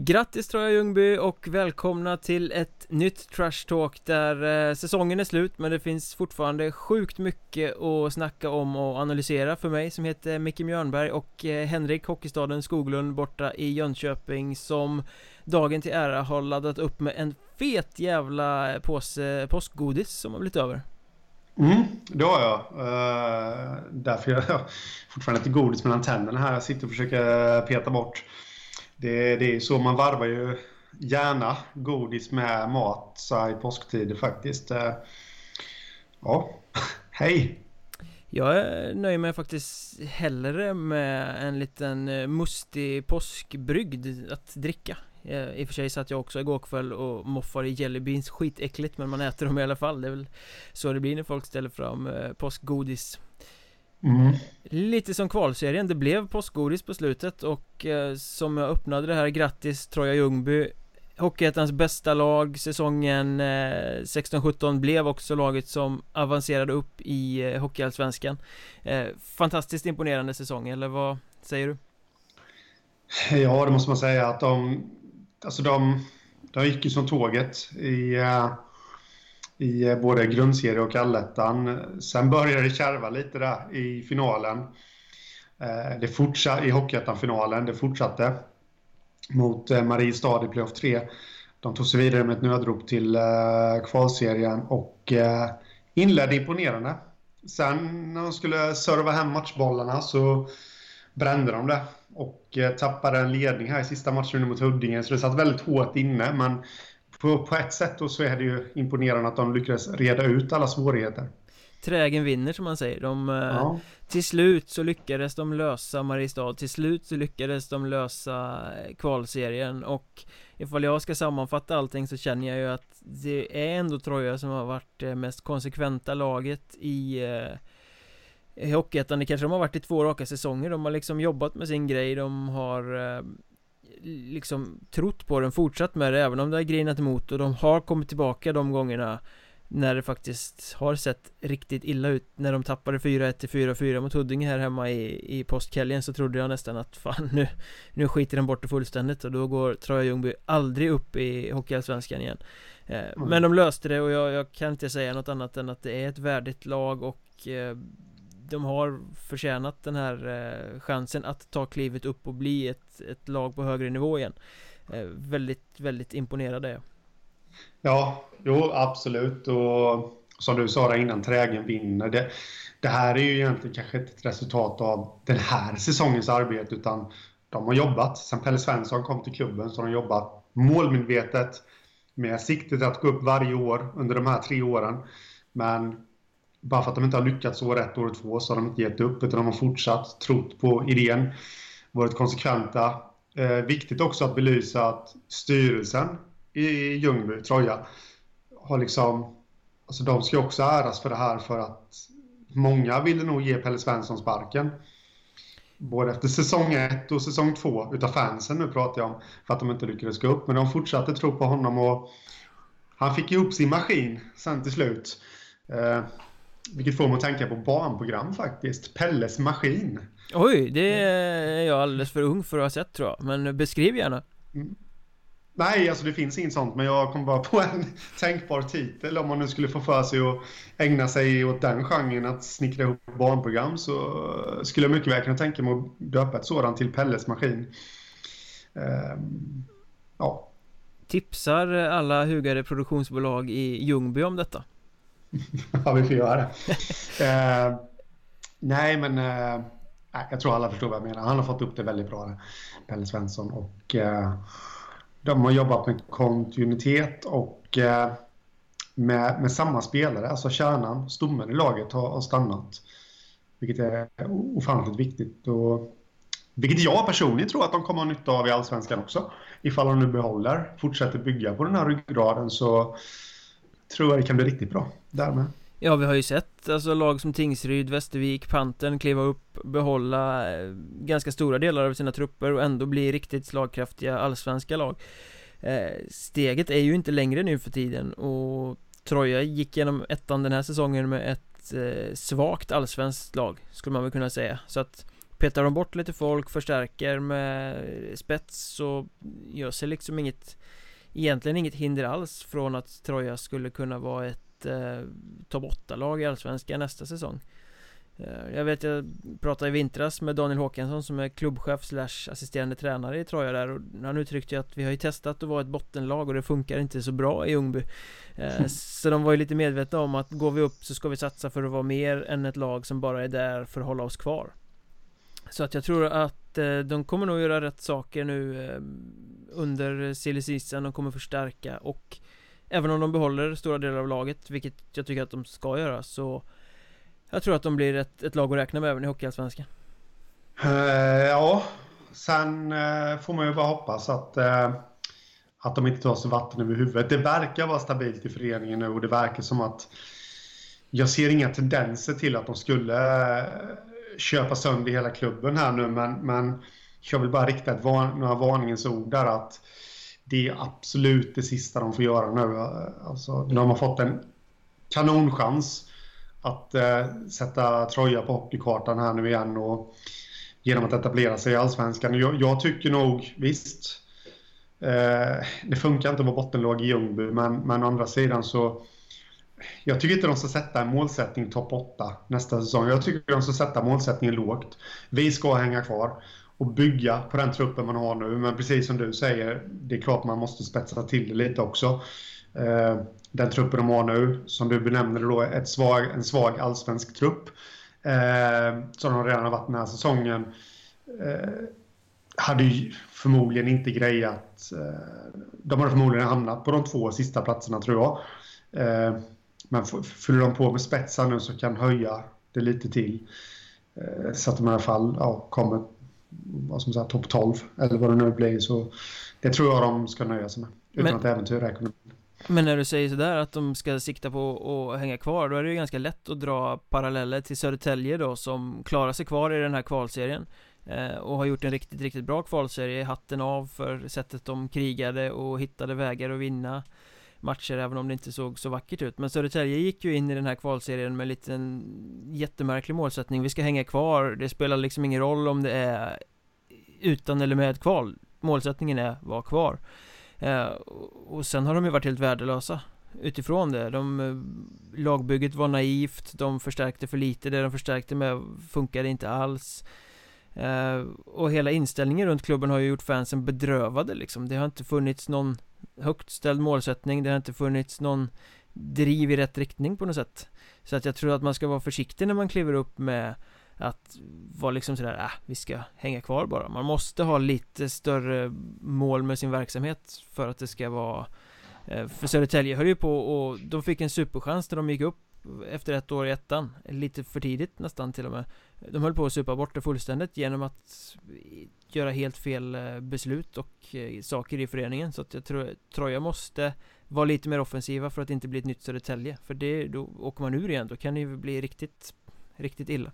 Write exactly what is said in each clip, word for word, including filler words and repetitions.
Grattis Troja Ljungby och välkomna till ett nytt Trash Talk där eh, säsongen är slut, men det finns fortfarande sjukt mycket att snacka om och analysera för mig som heter Micke Mjörnberg och eh, Henrik Hockeystaden Skoglund borta i Jönköping, som dagen till ära har laddat upp med en fet jävla påse påskgodis som har blivit över. Mm, det har jag. Uh, därför jag har fortfarande inte godis mellan tänderna här. Jag sitter och försöker peta bort. Det, det är så, man varvar ju gärna godis med mat så i påsktider faktiskt. Uh, ja, hej! Jag nöjer mig faktiskt hellre med en liten mustig påskbrygd att dricka. I och för sig satt jag också igår kväll och moffar i jellybeans, skitäckligt, men man äter dem i alla fall. Det är väl så det blir när folk ställer fram eh, påskgodis. Mm. Lite som kvalserien, det blev påskgodis på slutet. Och eh, som jag öppnade det här, grattis Troja Ljungby, Hockeyettans bästa lag säsongen eh, sexton sjutton, blev också laget som avancerade upp i eh, Hockeyallsvenskan. eh, Fantastiskt imponerande säsong, eller vad säger du? Ja, det måste man säga att de Alltså de, de gick ju som tåget i, i både grundserie och allettan. Sen började det kärva lite där i finalen. Det fortsatte i Hockeyettan-finalen. Det fortsatte mot Mariestad i playoff tre. De tog sig vidare med ett nödrop till kvalserien och inledde imponerande. Sen när de skulle serva hem matchbollarna så brände de det och eh, tappade en ledning här i sista matchen mot Huddinge, så det satt väldigt hårt inne, men på, på ett sätt då så är det ju imponerande att de lyckades reda ut alla svårigheter. Trägen vinner, som man säger. De, ja. eh, till slut så lyckades de lösa Mariestad, till slut så lyckades de lösa kvalserien, och ifall jag ska sammanfatta allting så känner jag ju att det är ändå Troja som har varit det mest konsekventa laget i eh, i Hockeyettan. Det kanske de har varit i två raka säsonger. De har liksom jobbat med sin grej. De har eh, liksom trott på den, fortsatt med det även om det har grinat emot, och de har kommit tillbaka de gångerna när det faktiskt har sett riktigt illa ut. När de tappade fyra ett till fyra fyra mot Huddinge här hemma i, i påskhelgen, så trodde jag nästan att fan, nu, nu skiter den bort det fullständigt, och då går Troja Ljungby aldrig upp i Hockeyallsvenskan igen. eh, mm. Men de löste det, och jag, jag kan inte säga något annat än att det är ett värdigt lag, och eh, de har förtjänat den här eh, chansen att ta klivet upp och bli ett, ett lag på högre nivå igen. Eh, väldigt, väldigt imponerade. Ja, jo, absolut. Och som du sa där innan, trägen vinner. Det, det här är ju egentligen kanske inte ett resultat av den här säsongens arbete, utan de har jobbat. Sen Pelle Svensson kom till klubben så har de jobbat målmedvetet med siktet att gå upp varje år under de här tre åren. Men bara för att de inte har lyckats år ett, år två, så har de inte gett upp, utan de har fortsatt trott på idén, varit konsekventa. Eh, viktigt också att belysa att styrelsen i Ljungby, Troja, har liksom, alltså de ska också äras för det här, för att många ville nog ge Pelle Svensson sparken. Både efter säsong ett och säsong två, utav fansen nu pratar jag om, för att de inte lyckades gå upp. Men de fortsatte tro på honom, och han fick ihop sin maskin sen till slut. Eh, Vilket får mig att tänka på barnprogram faktiskt. Pelles maskin. Oj, det är jag alldeles för ung för att ha sett, tror jag. Men beskriv gärna. Mm. Nej, alltså det finns inget sånt. Men jag kom bara på en tänkbar titel. Om man nu skulle få för sig att ägna sig åt den genren, att snickra ihop barnprogram, så skulle jag mycket väl kunna tänka mig att döpa ett sådant till Pelles maskin. Ehm, ja. Tipsar alla hugade produktionsbolag i Ljungby om detta? Ja, vi får göra det. eh, nej, men eh, jag tror alla förstår vad jag menar. Han har fått upp det väldigt bra, Pelle Svensson. Och eh, de har jobbat med kontinuitet och eh, med, med samma spelare. Alltså kärnan, stommen i laget har, har stannat. Vilket är ofantligt viktigt. Och, vilket jag personligen tror att de kommer att ha nytta av i Allsvenskan också. Ifall de nu behåller, fortsätter bygga på den här ryggraden, så tror jag det kan bli riktigt bra därmed. Ja, vi har ju sett alltså, lag som Tingsryd, Västervik, Pantern kliva upp, behålla eh, ganska stora delar av sina trupper och ändå bli riktigt slagkraftiga allsvenska lag. Eh, steget är ju inte längre nu för tiden, och Troja gick genom ettan den här säsongen med ett eh, svagt allsvenskt lag, skulle man väl kunna säga. Så att petar de bort lite folk, förstärker med spets, så gör sig liksom inget, egentligen inget hinder alls från att Troja skulle kunna vara ett eh, topp åtta-lag i Allsvenskan nästa säsong. eh, Jag vet, jag pratade i vintras med Daniel Håkansson som är klubbchef slash assisterande tränare i Troja där, och han uttryckte ju att vi har ju testat att vara ett bottenlag och det funkar inte så bra i Ljungby. eh, Så de var ju lite medvetna om att går vi upp så ska vi satsa för att vara mer än ett lag som bara är där för att hålla oss kvar. Så att jag tror att eh, de kommer nog göra rätt saker nu eh, under silly season. De kommer förstärka, och även om de behåller stora delar av laget, vilket jag tycker att de ska göra, så jag tror att de blir ett, ett lag att räkna med även i Hockeyallsvenskan. Uh, ja, sen uh, får man ju bara hoppas att, uh, att de inte tar sig vatten över huvudet. Det verkar vara stabilt i föreningen nu, och det verkar som att jag ser inga tendenser till att de skulle uh, köpa sönder hela klubben här nu, men, men jag vill bara rikta ett van, några varningens ord där, att det är absolut det sista de får göra nu. Alltså, de har fått en kanonchans att eh, sätta Troja på hockeykartan här nu igen, och genom att etablera sig i Allsvenskan. Jag, jag tycker nog, visst, eh, det funkar inte att vara bottenlag i Ljungby, men, men å andra sidan så jag tycker inte de ska sätta en målsättning topp åtta nästa säsong. Jag tycker de ska sätta målsättningen lågt. Vi ska hänga kvar och bygga på den truppen man har nu. Men precis som du säger, det är klart man måste spetsa till det lite också. Eh, den truppen de har nu, som du benämner då, ett svag, en svag allsvensk trupp. Eh, som de redan har varit den här säsongen. Eh, hade ju förmodligen inte grejat. Eh, de hade förmodligen hamnat på de två sista platserna, tror jag. Eh, men fyller de på med spetsar nu så kan höja det lite till. Eh, så att de i alla fall ja, kommer vad som sagt, topp tolv eller vad det nu blir. Så det tror jag de ska nöja sig med. Utan men, att äventyra ekonomin. Men när du säger sådär att de ska sikta på att hänga kvar, då är det ju ganska lätt att dra paralleller till Södertälje då, som klarar sig kvar i den här kvalserien. Eh, och har gjort en riktigt, riktigt bra kvalserie. Hatten av för sättet de krigade och hittade vägar att vinna matcher, även om det inte såg så vackert ut. Men Södertälje gick ju in i den här kvalserien med en liten jättemärklig målsättning. Vi ska hänga kvar, det spelar liksom ingen roll om det är utan eller med kval. Målsättningen är att vara kvar. eh, Och sen har de ju varit helt värdelösa utifrån det. de, Lagbygget var naivt. De förstärkte för lite. Det de förstärkte med funkade inte alls. Uh, och hela inställningen runt klubben har ju gjort fansen bedrövade liksom. Det har inte funnits någon högt ställd målsättning. Det har inte funnits någon driv i rätt riktning på något sätt. Så att jag tror att man ska vara försiktig när man kliver upp med att vara liksom sådär, äh, vi ska hänga kvar bara. Man måste ha lite större mål med sin verksamhet för att det ska vara uh, för Södertälje höll ju på, och de fick en superchans när de gick upp efter ett år i ettan, lite för tidigt nästan till och med. De höll på att supa bort det fullständigt genom att göra helt fel beslut och saker i föreningen. Så att jag tror Troja måste vara lite mer offensiva för att inte bli ett nytt Södertälje. För det, då åker man ur igen, då kan det ju bli riktigt, riktigt illa.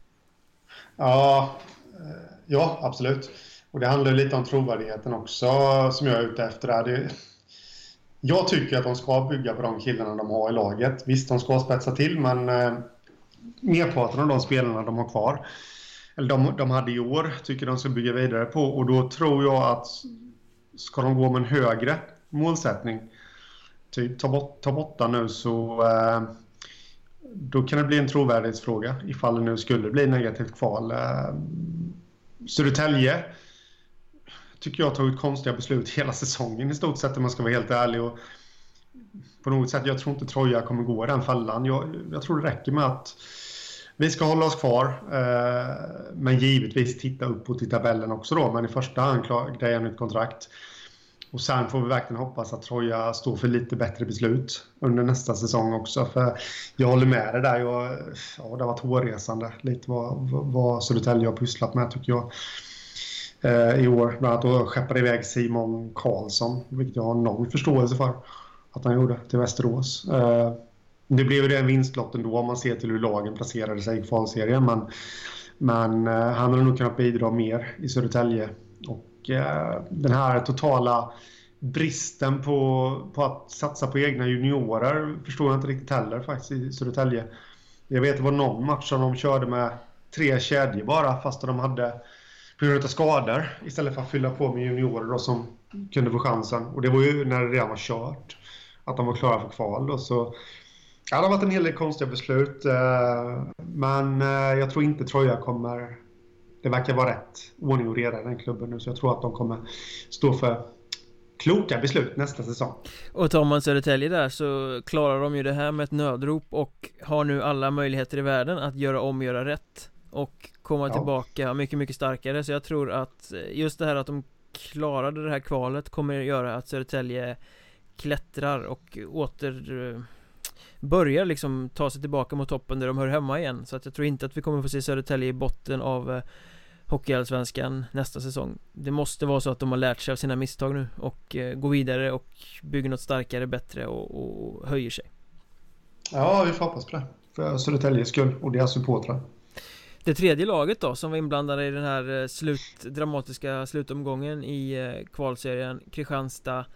Ja, ja, absolut. Och det handlar lite om trovärdigheten också, som jag är ute efter där. Det Jag tycker att de ska bygga på de killarna de har i laget. Visst, de ska spetsa till, men eh, merparten av de spelarna de har kvar, eller de, de hade i år, tycker de ska bygga vidare på. Och då tror jag att ska de gå med en högre målsättning, typ ta bort, ta bort den nu, så eh, då kan det bli en trovärdighetsfråga ifall det nu skulle bli negativt kval. Eh, Södertälje tycker jag har tagit konstiga beslut hela säsongen i stort sett, om man ska vara helt ärlig. Och på något sätt, jag tror inte Troja kommer gå i den fallan. Jag, jag tror det räcker med att vi ska hålla oss kvar, eh, men givetvis titta uppåt i tabellen också då. Men i första hand greja nytt kontrakt. Och sen får vi verkligen hoppas att Troja står för lite bättre beslut under nästa säsong också. För jag håller med dig där. Jag, ja, det har varit hårresande lite vad, vad Södertälje har pysslat med, tycker jag. I år, bland annat då skeppade iväg Simon Karlsson, vilket jag har noll förståelse för att han gjorde, till Västerås. Det blev ju det en vinstlott ändå om man ser till hur lagen placerade sig i kvalserien, men, men han hade nog kunnat bidra mer i Södertälje. Och den här totala bristen på, på att satsa på egna juniorer förstår jag inte riktigt heller faktiskt i Södertälje. Jag vet det var någon match som de körde med tre kedjor bara, fast de hade på grund av skador istället för att fylla på med juniorer då, som kunde få chansen. Och det var ju när det redan var kört att de var klara för kval då, så ja, det har varit en hel del konstiga beslut, men jag tror inte Troja kommer, det verkar vara rätt ordning och reda i den klubben nu, så jag tror att de kommer stå för kloka beslut nästa säsong. Och tar man Södertälje där så klarar de ju det här med ett nödrop och har nu alla möjligheter i världen att göra om, göra rätt och komma Ja. tillbaka mycket, mycket starkare. Så jag tror att just det här att de klarade det här kvalet kommer att göra att Södertälje klättrar och åter börjar liksom ta sig tillbaka mot toppen där de hör hemma igen. Så att jag tror inte att vi kommer få se Södertälje i botten av Hockeyallsvenskan nästa säsong. Det måste vara så att de har lärt sig av sina misstag nu och eh, går vidare och bygger något starkare, bättre och, och höjer sig. Ja, vi får hoppas på det. För Södertäljes skull och deras supportrar. Det tredje laget då som var inblandade i den här slut, dramatiska slutomgången i eh, kvalserien, Kristianstad,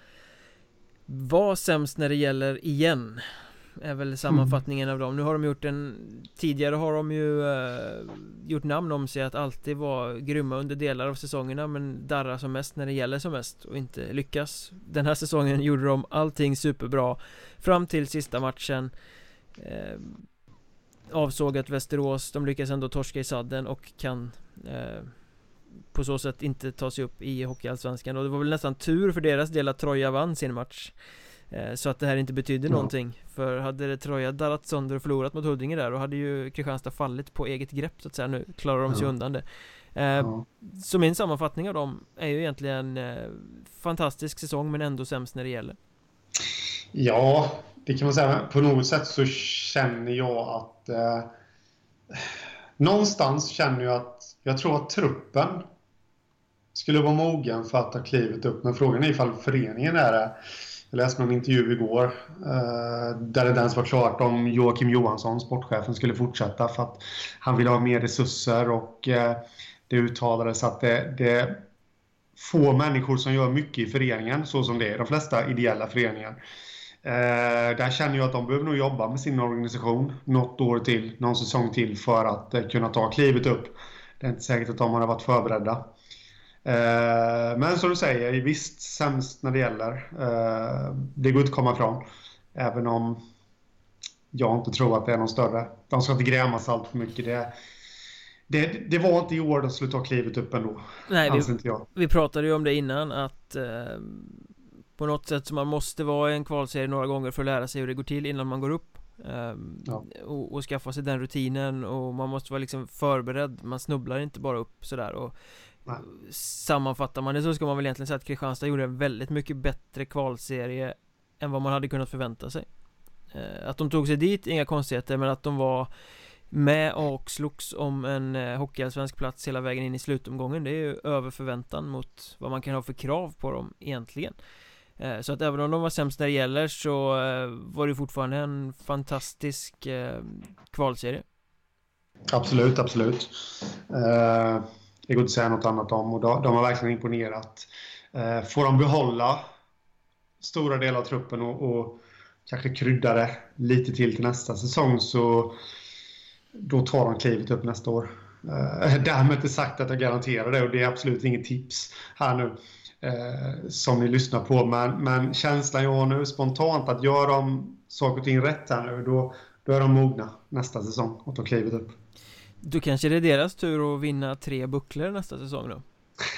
var sämst när det gäller igen. Är väl sammanfattningen mm. av dem. Nu har de gjort en, tidigare har de ju uh, gjort namn om sig att alltid vara grymma under delar av säsongerna, men darrar som mest när det gäller som mest och inte lyckas. Den här säsongen gjorde de allting superbra fram till sista matchen. uh, Avsågat Västerås, de lyckas ändå torska i sadden och kan uh, på så sätt inte ta sig upp i Hockeyallsvenskan, och det var väl nästan tur för deras del att Troja vann sin match, så att det här inte betyder ja. någonting. För hade det Troja darrat sönder och förlorat mot Huddinge där, då hade ju Kristianstad fallit på eget grepp så att säga. Nu klarar de sig ja. undan det. eh, ja. Så min sammanfattning av dem är ju egentligen eh, fantastisk säsong, men ändå sämst när det gäller. Ja, det kan man säga. På något sätt så känner jag att eh, någonstans känner jag att jag tror att truppen skulle vara mogen för att ta klivet upp, men frågan är ifall föreningen är det. Jag läste en intervju igår eh, där det ens var klart om Joakim Johansson, sportchefen, skulle fortsätta för att han vill ha mer resurser, och eh, det uttalades att det, det är få människor som gör mycket i föreningen så som det är de flesta ideella föreningar. Eh, där känner jag att de behöver nog jobba med sin organisation något år till, någon säsong till för att eh, kunna ta klivet upp. Det är inte säkert att de har varit förberedda. Men som du säger, visst sämst när det gäller. Det går inte att komma ifrån. Även om jag inte tror att det är någon större. De ska inte grämas allt för mycket. Det, det, det var inte i år de skulle ta klivet upp ändå. Nej, vi, inte jag. vi pratade ju om det innan, att eh, på något sätt så man måste vara i en kvalserie några gånger för att lära sig hur det går till innan man går upp. eh, ja. och, och skaffa sig den rutinen, och man måste vara liksom förberedd. Man snubblar inte bara upp sådär. Och Nej. Sammanfattar man det så ska man väl egentligen säga att Kristianstad gjorde en väldigt mycket bättre kvalserie än vad man hade kunnat förvänta sig. eh, Att de tog sig dit, inga konstigheter, men att de var med och slogs om en eh, hockeyallsvensk plats hela vägen in i slutomgången, det är ju över förväntan mot vad man kan ha för krav på dem egentligen. eh, Så att även om de var sämst när det gäller, så eh, var det fortfarande en fantastisk eh, kvalserie. Absolut, absolut. uh... Det går inte att säga något annat om, och de har verkligen imponerat. Får de behålla stora delar av truppen och, och kanske krydda det lite till till nästa säsong, så då tar de klivet upp nästa år. Därmed inte sagt att jag garanterar det, och det är absolut inget tips här nu som ni lyssnar på. Men, men känslan jag har nu spontant att gör de saker och ting rätt här nu, då, då är de mogna nästa säsong och tar klivet upp. Då kanske det är deras tur att vinna tre bucklor nästa säsong då?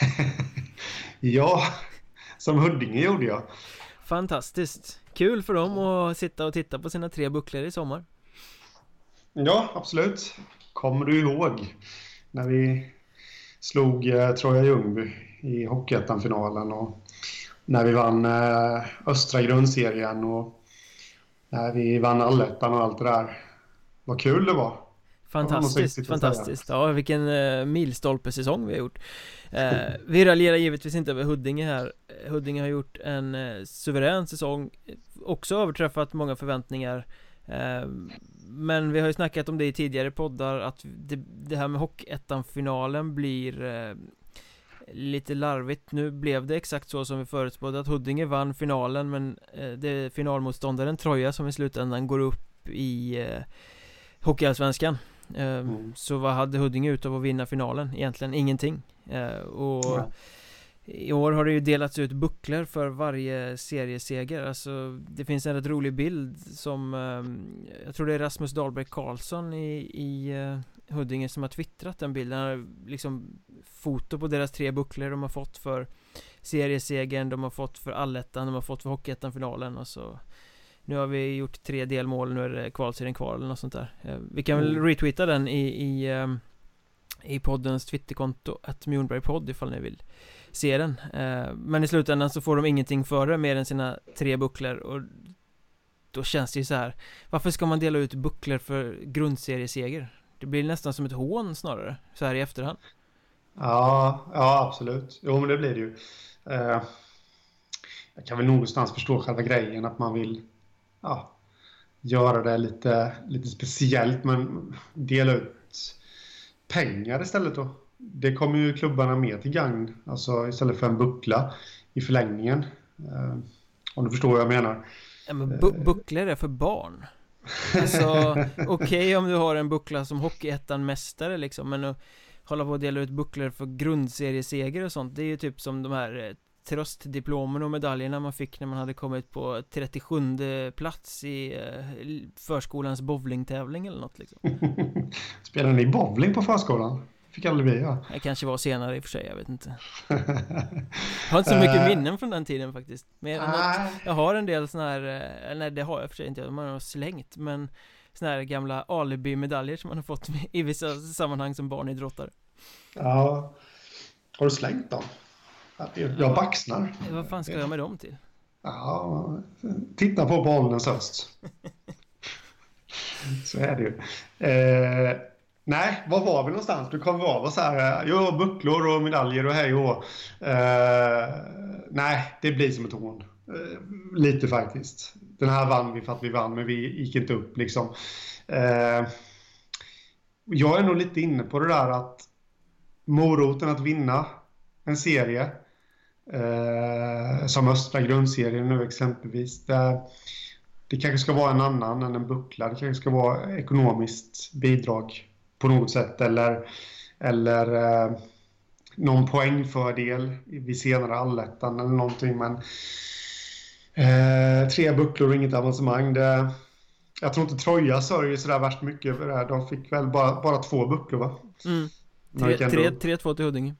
Ja, som Huddinge gjorde jag. Fantastiskt. Kul för dem att sitta och titta på sina tre bucklor i sommar. Ja, absolut. Kommer du ihåg när vi slog eh, Troja Ljungby i Hockeyettan-finalen, och när vi vann eh, östra grundserien, och när vi vann allettan och allt det där. Vad kul det var. Fantastiskt, fantastiskt. Ja, vilken uh, milstolpesäsong vi har gjort. uh, Vi raljerar givetvis inte över Huddinge här. Huddinge har gjort en uh, suverän säsong, också överträffat många förväntningar. uh, Men vi har ju snackat om det i tidigare poddar, att det, det här med Hockeyettan-finalen blir uh, lite larvigt. Nu blev det exakt så som vi förutspådde, att Huddinge vann finalen, men uh, det är finalmotståndaren Troja som i slutändan går upp i uh, Hockeyallsvenskan. eh, mm. Så vad hade Huddinge ut av att vinna finalen? Egentligen ingenting. eh, Och ja. I år har det ju delats ut bucklor för varje serieseger. Alltså det finns en rätt rolig bild som eh, jag tror det är Rasmus Dahlberg Karlsson i, i uh, Huddinge som har twittrat den bilden. Han har liksom foto på deras tre bucklor de har fått för seriesegern, de har fått för allettan, de har fått för hockeyettan-finalen. Och så nu har vi gjort tre delmål, nu är det kvalserien kvar eller något sånt där. eh, Vi kan väl retweeta den i, i, um, i poddens twitterkonto att Mjornbergpodd ifall ni vill se den. eh, Men i slutändan så får de ingenting för det mer än sina tre bucklor. Och då känns det ju så här, varför ska man dela ut bucklor för grundserieseger? Det blir nästan som ett hån snarare, så här i efterhand. Ja, ja absolut. Jo men det blir det ju. eh, Jag kan väl någonstans förstå själva grejen att man vill ja, göra det lite, lite speciellt, men dela ut pengar istället då. Det kommer ju klubbarna med till gagn, alltså istället för en buckla i förlängningen. eh, Om du förstår vad jag menar. Ja, men bu- bucklor är för barn. Alltså okej okay, om du har en buckla som hockeyettan-mästare liksom, men att hålla på att dela ut bucklor för grundserieseger och sånt, det är ju typ som de här tröstdiplomen och medaljerna man fick när man hade kommit på trettiosjunde plats i eh, förskolans bowlingtävling eller något liksom. Spelade ni bowling på förskolan? Fick aldrig bli, ja. Det kanske var senare i och för sig, jag vet inte. Jag har inte så mycket minnen från den tiden faktiskt. Mer än att jag har en del såna här, nej det har jag för sig inte, man har slängt, men såna här gamla alibi-medaljer som man har fått i vissa sammanhang som barnidrottare. Ja, har du slängt dem? Jag baxnar. Vad fan ska jag med dem till? Ja, titta på bollens höst. Så är det ju. Eh, nej, var var vi någonstans? Du kom av och så här, jo, bucklor och medaljer och hej och eh, nej, det blir som ett hån. Eh, lite faktiskt. Den här vann vi för att vi vann, men vi gick inte upp liksom. Eh, jag är nog lite inne på det där att moroten att vinna en serie eh, som östra grundserien nu exempelvis, det, det kanske ska vara en annan än en buckla. Det kanske ska vara ekonomiskt bidrag på något sätt, eller, eller eh, någon poängfördel vid senare allettan eller någonting, men eh, tre bucklor och inget avancemang, det, jag tror inte Troja sörjer sådär värst mycket över det här. De fick väl bara, bara två bucklor, va? Mm. tre två till Huddinge.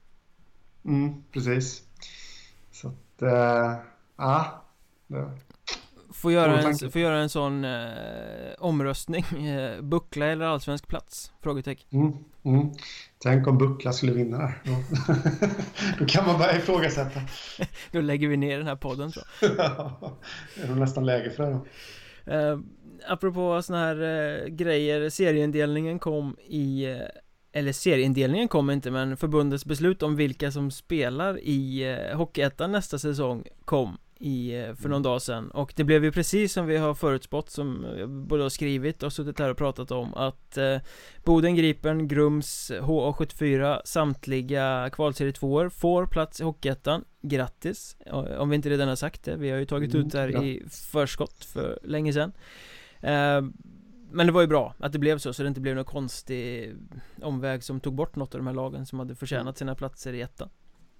Mm, precis. Så att, äh, ja. Det. Får göra, en, får göra en sån eh, omröstning. Eh, buckla eller allsvensk plats? Frågetecken. Mm, mm. Tänk om buckla skulle vinna där. Då, då kan man bara ifrågasätta. Då lägger vi ner den här podden, tror jag. Det är nog nästan läge för det då. Eh, apropå såna här eh, grejer, serieindelningen kom i... Eh, eller serieindelningen kom inte, men förbundets beslut om vilka som spelar i eh, Hockeyettan nästa säsong kom i, eh, för någon dag sedan. Och det blev ju precis som vi har förutspått, som jag både har skrivit och suttit här och pratat om, att eh, Boden Gripen, Grums, H A sjuttiofyra, samtliga kvalserie tvåor får plats i Hockeyettan. Grattis, om vi inte redan har sagt det. Vi har ju tagit ut det här mm, i förskott för länge sedan. Eh, Men det var ju bra att det blev så, så det inte blev någon konstig omväg som tog bort något av de här lagen som hade förtjänat sina platser i ettan.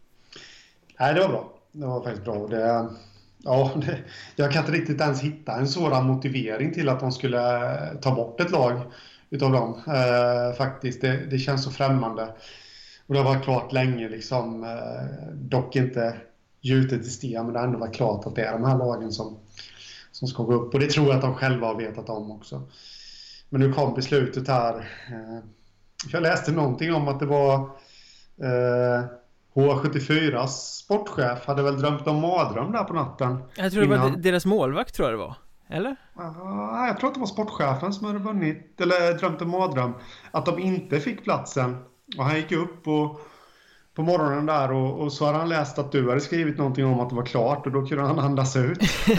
Nej, det var bra. Det var faktiskt bra. Det, ja, det, jag kan inte riktigt ens hitta en sådan motivering till att de skulle ta bort ett lag utav dem. Eh, faktiskt, det, det känns så främmande. Och det har varit klart länge, liksom, eh, dock inte gjutet i sten, men det har ändå varit klart att det är de här lagen som, som ska gå upp. Och det tror jag att de själva har vetat om också. Men nu kom beslutet här. Jag läste någonting om att det var eh, H A sjuttiofyras sportchef hade väl drömt om mardröm där på natten. Jag tror innan. Det var deras målvakt, tror jag det var. Eller? Uh, jag tror att det var sportchefen som hade vunnit, eller drömt om mardröm, att de inte fick platsen. Och han gick upp och, på morgonen där och, och så hade han läst att du hade skrivit någonting om att det var klart, och då kunde han andas ut.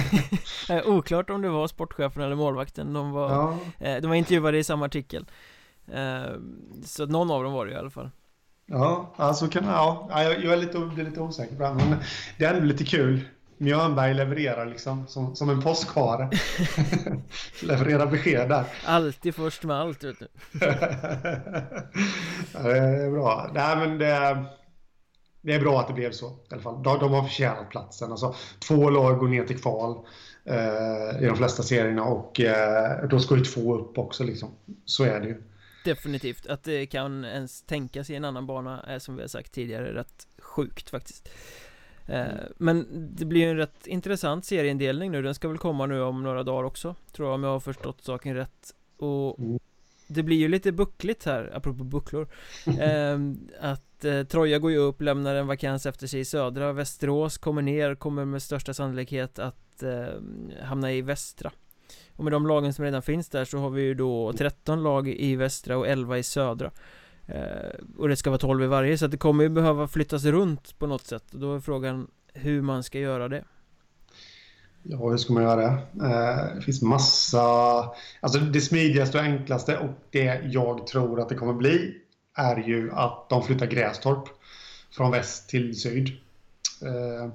Oklart om det var sportchefen eller målvakten. De var, ja. eh, de var intervjuade i samma artikel. Eh, så någon av dem var det i alla fall. Ja, alltså kan, ja, jag, jag är lite, det är lite osäker på det, men det är ändå lite kul Mjörnberg levererar liksom som, som en postkare. Levererar besked där. Alltid först med allt, vet du. Ja, det är bra. Nej, men det, det är bra att det blev så i alla fall. De, de har förtjänat platsen. Alltså, två lag går ner till kval eh, i de flesta serierna och eh, då ska ju två upp också liksom. Så är det ju. Definitivt, att det kan ens tänkas i en annan bana är, som vi har sagt tidigare, rätt sjukt faktiskt. eh, Men det blir ju en rätt intressant serieindelning nu. Den ska väl komma nu om några dagar också, tror jag, om jag har förstått saken rätt. Och det blir ju lite buckligt här, apropå bucklor. eh, Att eh, Troja går ju upp, lämnar en vakans efter sig i södra. Västerås kommer ner, kommer med största sannolikhet att eh, hamna i västra. Och med de lagen som redan finns där så har vi ju då tretton lag i västra och elva i södra. eh, Och det ska vara tolv i varje, så att det kommer ju behöva flyttas runt på något sätt. Och då är frågan hur man ska göra det. Ja, hur ska man göra det? Eh, det finns massa... Alltså det smidigaste och enklaste och det jag tror att det kommer bli är ju att de flyttar Grästorp från väst till syd. Eh,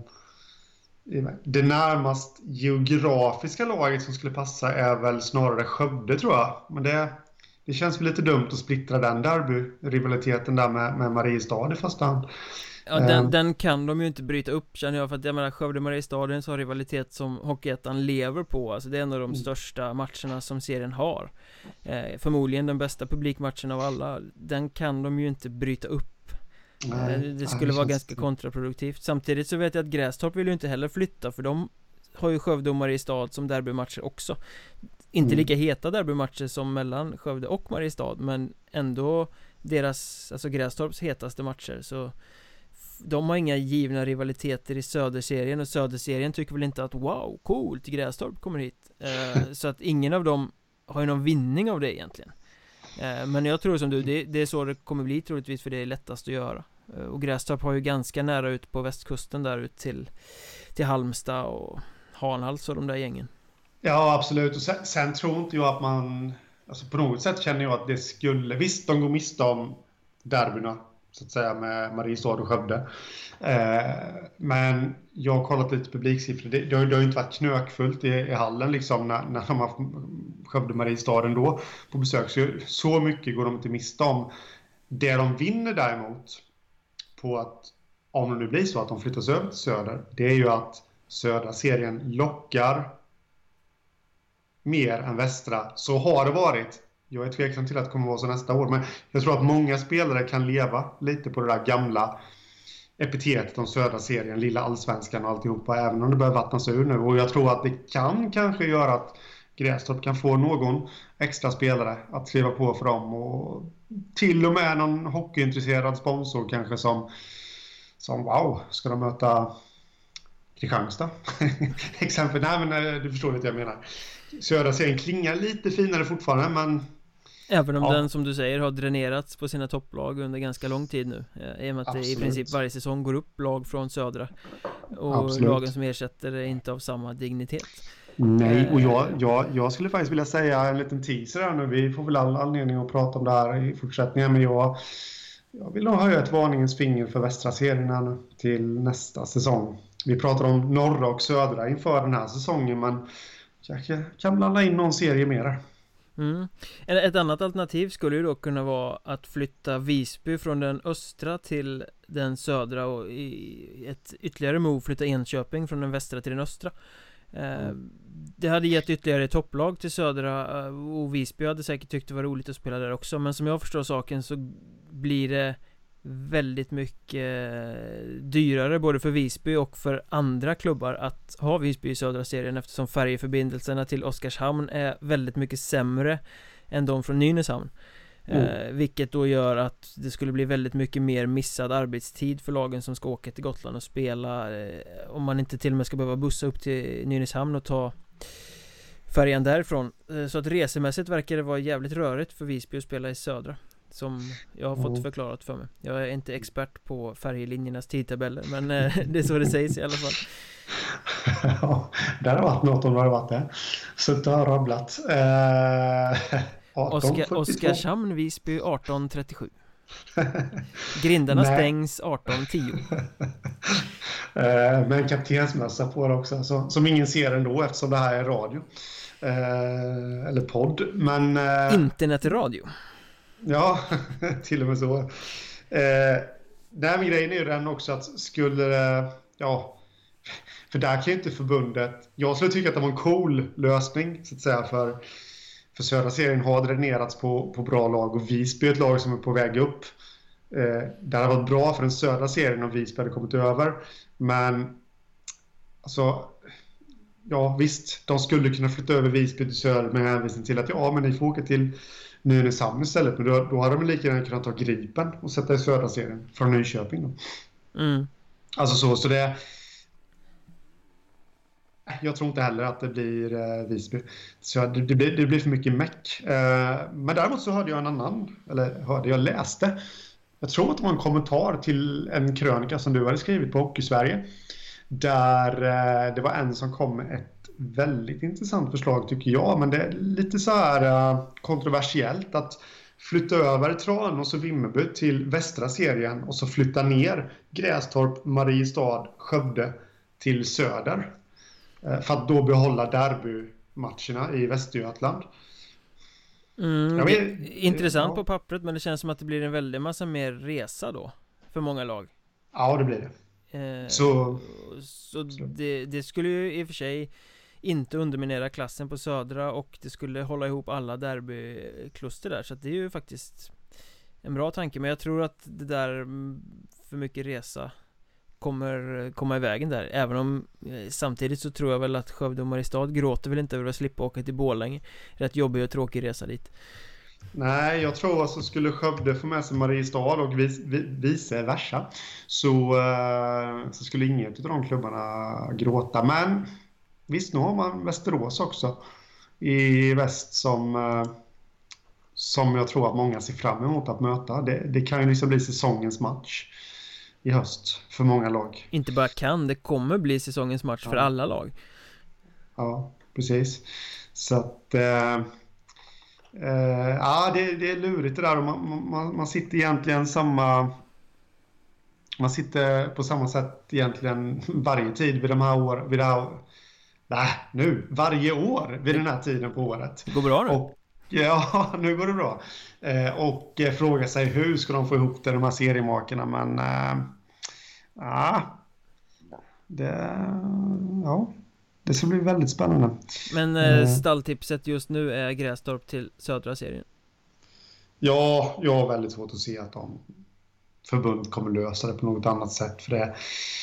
det närmast geografiska laget som skulle passa är väl snarare Skövde, tror jag. Men det, det känns väl lite dumt att splittra den derby-rivaliteten där med, med Mariestad i första hand. Ja, den, uh, den kan de ju inte bryta upp, känner jag, för att jag menar, Skövde-Mariestad så har rivalitet som Hockeyettan lever på. Alltså det är en av de mm. största matcherna som serien har. eh, Förmodligen den bästa publikmatchen av alla. Den kan de ju inte bryta upp. Nej, det skulle vara ganska kontraproduktivt. Samtidigt så vet jag att Grästorp vill ju inte heller flytta, för de har ju Skövde och Mariestad som derbymatcher också. Inte mm. lika heta derbymatcher som mellan Skövde och Mariestad, men ändå deras, alltså Grästorps hetaste matcher. Så de har inga givna rivaliteter i Söderserien, och Söderserien tycker väl inte att wow, coolt, Grästorp kommer hit. eh, Så att ingen av dem har ju någon vinning av det egentligen. Men jag tror som du, det, det är så det kommer bli troligtvis, för det är lättast att göra. Och Grästorp har ju ganska nära ut på västkusten där ut till, till Halmstad och Hanhals och de där gängen. Ja, absolut. Och sen, sen tror inte jag att man, alltså på något sätt känner jag att det skulle, visst de går miste om derbyna så att säga med Mariestad och Skövde. Eh, men jag har kollat lite publiksiffror. Det, det, har, det har ju inte varit knökfullt i, i hallen liksom när, när de har Skövde Mariestad ändå på besök. Så, så mycket går de inte miste om. Det de vinner däremot på att, om det nu blir så att de flyttas över till söder, det är ju att södra serien lockar mer än västra. Så har det varit. Jag är tveksam till att det kommer vara så nästa år, men jag tror att många spelare kan leva lite på det där gamla epitetet om södra serien, lilla allsvenskan och alltihopa, även om det börjar vattnas ur nu. Och jag tror att det kan kanske göra att Grästorp kan få någon extra spelare att kliva på för dem, och till och med någon hockeyintresserad sponsor kanske som, som wow, ska de möta Kristianstad? Exempel, nej men du förstår lite jag menar. Södra serien klingar lite finare fortfarande, men även om ja. den, som du säger, har dränerats på sina topplag under ganska lång tid nu. I och med att det i princip varje säsong går upp lag från södra. Och Absolut. Lagen som ersätter är inte av samma dignitet. Nej, och jag, jag, jag skulle faktiskt vilja säga en liten teaser här nu. Vi får väl all anledning att prata om det här i fortsättningen. Men jag, jag vill nog höja ett varningens finger för västra serien här nu till nästa säsong. Vi pratar om norra och södra inför den här säsongen, men jag kan blanda in någon serie mer. Mm. Ett annat alternativ skulle ju då kunna vara att flytta Visby från den östra till den södra, och i ett ytterligare move flytta Enköping från den västra till den östra. Mm. Det hade gett ytterligare topplag till södra, och Visby hade säkert tyckt det var roligt att spela där också. Men som jag förstår saken så blir det väldigt mycket dyrare både för Visby och för andra klubbar att ha Visby i södra serien, eftersom färjeförbindelserna till Oskarshamn är väldigt mycket sämre än de från Nynäshamn. Mm. eh, vilket då gör att det skulle bli väldigt mycket mer missad arbetstid för lagen som ska åka till Gotland och spela, eh, om man inte till och med ska behöva bussa upp till Nynäshamn och ta färjan därifrån. eh, så att resemässigt verkar det vara jävligt rörigt för Visby att spela i södra, som jag har fått mm. förklarat för mig. Jag är inte expert på färjelinjernas tidtabeller, men eh, det är så det sägs i alla fall. Ja, där har varit något om det har varit det. Suttit och rabblat. Eh, Oskar, Oskarshamn, Visby arton trettiosju. Grindarna stängs arton tio. med en kaptensmössa på det också, så, som ingen ser ändå eftersom det här är radio eh, eller podd, men eh, internetradio. Ja, till och med så. Eh, det här med grejen är ju den också att skulle, ja, för där kan ju inte förbundet, jag skulle tycka att det var en cool lösning så att säga, för, för södra serien har dränerats på, på bra lag och Visby är ett lag som är på väg upp. Eh, det hade varit bra för den södra serien om Visby hade kommit över, men alltså, ja visst, de skulle kunna flytta över Visby till söder med hänvisning till att ja, men ni får åka till Nynäshamn istället, men då, då hade de lika gärna kunnat ta Gripen och sätta i södra serien från Nyköping då. Mm. Alltså så, så det jag tror inte heller att det blir eh, Visby, så det, det, blir, det blir för mycket meck. Eh, men däremot så hörde jag en annan, eller hörde jag läste, jag tror att det var en kommentar till en krönika som du hade skrivit på Hockey Sverige, där eh, det var en som kom med ett väldigt intressant förslag tycker jag, men det är lite så här uh, kontroversiellt att flytta över Tranås och Vimmerby till västra serien och så flytta ner Grästorp, Mariestad, Skövde till söder uh, för att då behålla derbymatcherna i Västergötland. Mm, vet, intressant ja. På pappret, men det känns som att det blir en väldigt massa mer resa då för många lag. Ja, det blir det. Eh, så så det, det skulle ju i och för sig inte underminera klassen på södra, och det skulle hålla ihop alla derbykluster där, så att det är ju faktiskt en bra tanke, men jag tror att det där för mycket resa kommer komma i vägen där, även om eh, samtidigt så tror jag väl att Skövde och Mariestad gråter väl inte över att slippa åka till Borlänge. Rätt jobbig och tråkig resa dit. Nej, jag tror att så skulle Skövde få med sig Mariestad och vice, vice versa, så, eh, så skulle inget av de klubbarna gråta. Men visst, nu har man Västerås också i väst som, eh, som jag tror att många ser fram emot att möta. Det, det kan ju liksom bli säsongens match i höst för många lag. Inte bara kan, det kommer bli säsongens match ja. För alla lag. Ja, precis. Så att eh, Uh, ja, det, det är lurigt det där. Man, man, man sitter egentligen samma man sitter på samma sätt egentligen varje tid vid de här år, vid det här, nej, nu, varje år vid den här tiden på året. Det går bra nu. Och, ja, nu går det bra. Uh, och uh, fråga sig hur ska de få ihop det, de här seriemakerna, men uh, ja, det, ja. Det ska bli väldigt spännande. Men eh, stalltipset just nu är Grästorp till södra serien. Ja, jag har väldigt svårt att se att de förbund kommer lösa det på något annat sätt. För det,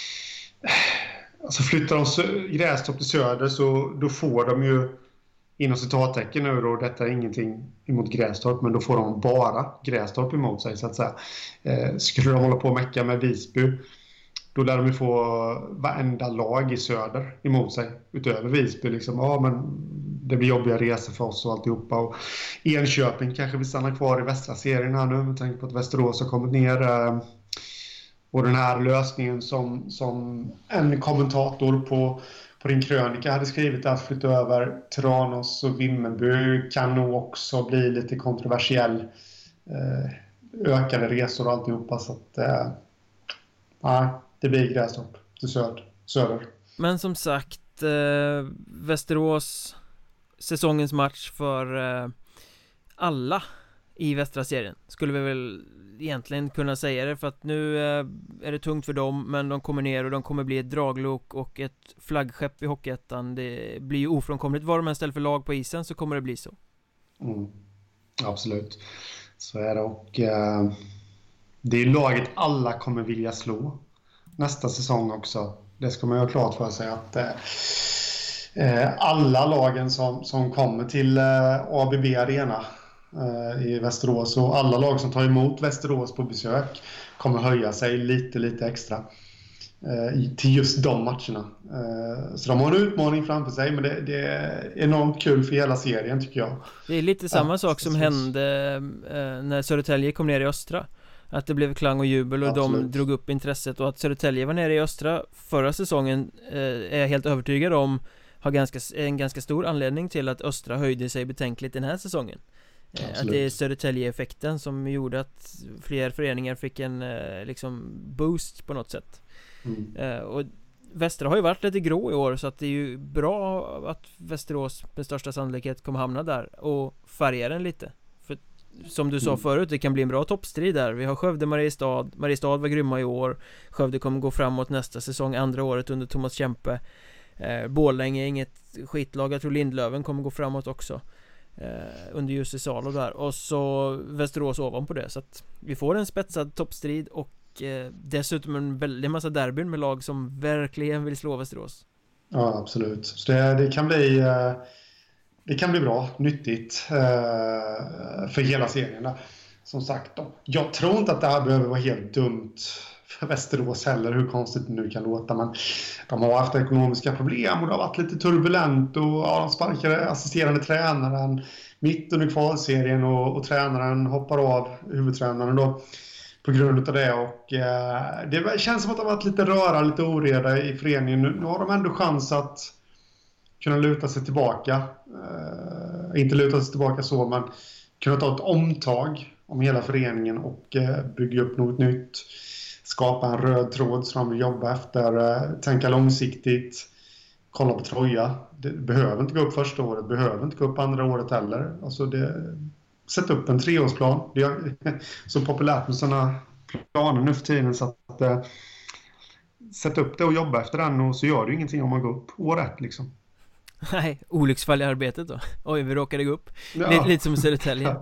alltså flyttar de Grästorp till söder, så då får de ju inom citattecken nu då, detta är ingenting emot Grästorp, men då får de bara Grästorp emot sig så att säga. Eh, skulle de hålla på och mecka med Visby, då lär de ju få varenda lag i söder emot sig utöver Visby liksom. Ja, men det blir jobbiga resor för oss och alltihopa, och Enköping kanske vill stanna kvar i västra serien här nu med tanke på att Västerås har kommit ner, och den här lösningen som, som en kommentator på, på din krönika hade skrivit, att flytta över Tranås och Vimmerby kan nog också bli lite kontroversiell, ökade resor och alltihopa, så att nej, det blir Grästorp till söder. söder. Men som sagt, eh, Västerås säsongens match för eh, alla i västra serien, skulle vi väl egentligen kunna säga det, för att nu eh, är det tungt för dem, men de kommer ner och de kommer bli ett draglok och ett flaggskepp i Hockeyettan. Det blir ju ofrånkomligt, var de än ställer för lag på isen så kommer det bli så. Mm. Absolut, så är det, och eh, det är laget alla kommer vilja slå nästa säsong också. Det ska man ju ha klart för sig, att eh, alla lagen som, som kommer till eh, A B B Arena eh, i Västerås, och alla lag som tar emot Västerås på besök kommer höja sig lite, lite extra eh, till just de matcherna. Eh, så de har en utmaning framför sig, men det, det är enormt kul för hela serien tycker jag. Det är lite samma ja, sak som hände eh, när Södertälje kom ner i östra. Att det blev klang och jubel och Absolut. De drog upp intresset, och att Södertälje var nere i östra förra säsongen eh, är jag helt övertygad om har ganska, en ganska stor anledning till att östra höjde sig betänkligt den här säsongen. Eh, att det är Södertälje-effekten som gjorde att fler föreningar fick en eh, liksom boost på något sätt. Mm. Eh, och Västra har ju varit lite grå i år, så att det är ju bra att Västerås med största sannolikhet kommer hamna där och färga den lite. För som du sa förut, det kan bli en bra toppstrid där. Vi har Skövde, Mariestad. Mariestad var grymma i år. Skövde kommer gå framåt nästa säsong, andra året under Thomas Kempe. eh, Borlänge är inget skitlag. Jag tror Lindlöven kommer gå framåt också eh, under Jussi Salo där. Och så Västerås ovanpå det. Så att vi får en spetsad toppstrid och eh, dessutom en väldigt massa derbyn med lag som verkligen vill slå Västerås. Ja, absolut. Så det, det kan bli eh, det kan bli bra, nyttigt eh, för hela serien där. Som sagt då, jag tror inte att det här behöver vara helt dumt för Västerås heller, hur konstigt det nu kan låta, men de har haft ekonomiska problem och det har varit lite turbulent, och ja, de sparkade assisterande tränaren mitt under kvalserien, och, och tränaren hoppar av, huvudtränaren då, på grund av det. Och eh, det känns som att det har varit lite röra, lite oreda i föreningen. Nu, nu har de ändå chans att kunna luta sig tillbaka. Eh, inte luta sig tillbaka så, men kunna ta ett omtag om hela föreningen och eh, bygga upp något nytt. Skapa en röd tråd som de vill jobba efter. Eh, tänka långsiktigt. Kolla på Troja. Det behöver inte gå upp första året. Behöver inte gå upp andra året heller. Alltså det... Sätt upp en treårsplan. Det är så populärt med sådana planer nu för tiden, så att äh, sätt upp det och jobba efter den, och så gör det ingenting om man går upp år ett liksom. Nej, olycksfall i arbetet då. Oj, vi råkade gå upp. Ja. Lite, lite som Södertälje.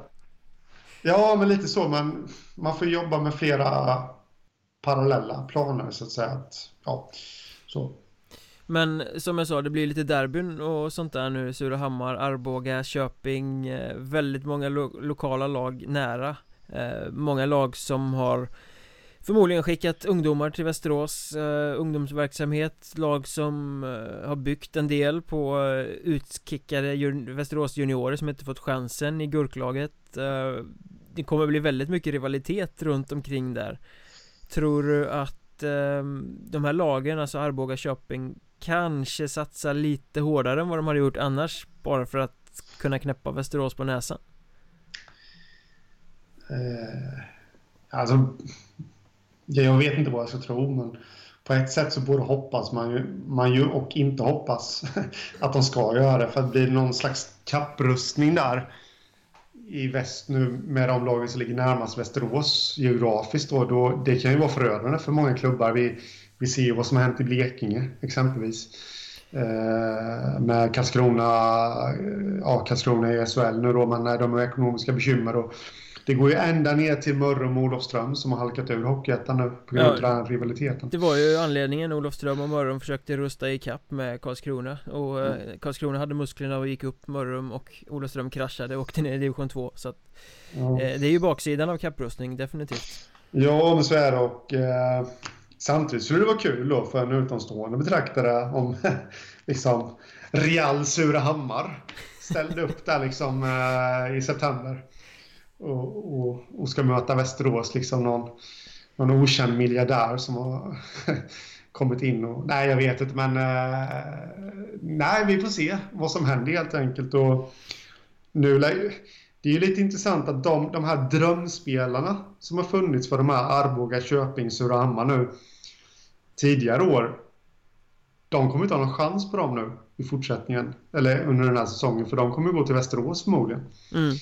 Ja, men lite så. Man, man får jobba med flera parallella planer så att säga. Att, ja, så. Men som jag sa, det blir lite derbyn och sånt där nu. Surahammar, Arboga, Köping. eh, Väldigt många lo- lokala lag nära. eh, Många lag som har förmodligen skickat ungdomar till Västerås. eh, Ungdomsverksamhet. Lag som eh, har byggt en del på eh, utkickade jun- Västerås juniorer som inte fått chansen i gurklaget. eh, Det kommer bli väldigt mycket rivalitet runt omkring där. Tror du att eh, de här lagen, alltså Arboga, Köping, kanske satsa lite hårdare än vad de hade gjort annars, bara för att kunna knäppa Västerås på näsan? Eh, alltså, jag vet inte vad jag ska tro, men på ett sätt så både hoppas man ju, man ju och inte hoppas att de ska göra det, för att bli någon slags kapprustning där i väst nu med de lagen som ligger närmast Västerås geografiskt då, då det kan ju vara förödande för många klubbar. Vi, vi ser ju vad som har hänt i Blekinge exempelvis eh, med Karlskrona, ja, Karlskrona i S H L nu då, men de har ekonomiska bekymmer, och det går ju ända ner till Mörrum och Olofström som har halkat ur Hockeyettan nu på grund av ja, den rivaliteten. Det var ju anledningen. Olofström och Mörrum försökte rusta i kapp med Karlskrona, och mm. eh, Karlskrona hade musklerna och gick upp. Mörrum och Olofström kraschade och åkte ner i division två, så att, ja. eh, det är ju baksidan av kapprustning, definitivt. Ja, men så är det, och eh, samtidigt skulle det vara kul då för en utomstående betraktare om liksom Real Surahammar ställde upp där liksom eh, i september. Och, och, och ska möta Västerås, liksom någon, någon okänd miljardär som har kommit in och, nej jag vet inte, men eh, nej, vi får se vad som händer helt enkelt. Och nu, det är ju lite intressant att de, de här drömspelarna som har funnits för de här Arboga, Köping, Surahammar nu tidigare år, de kommer inte ha någon chans på dem nu i fortsättningen, eller under den här säsongen, för de kommer gå till Västerås förmodligen. Mm.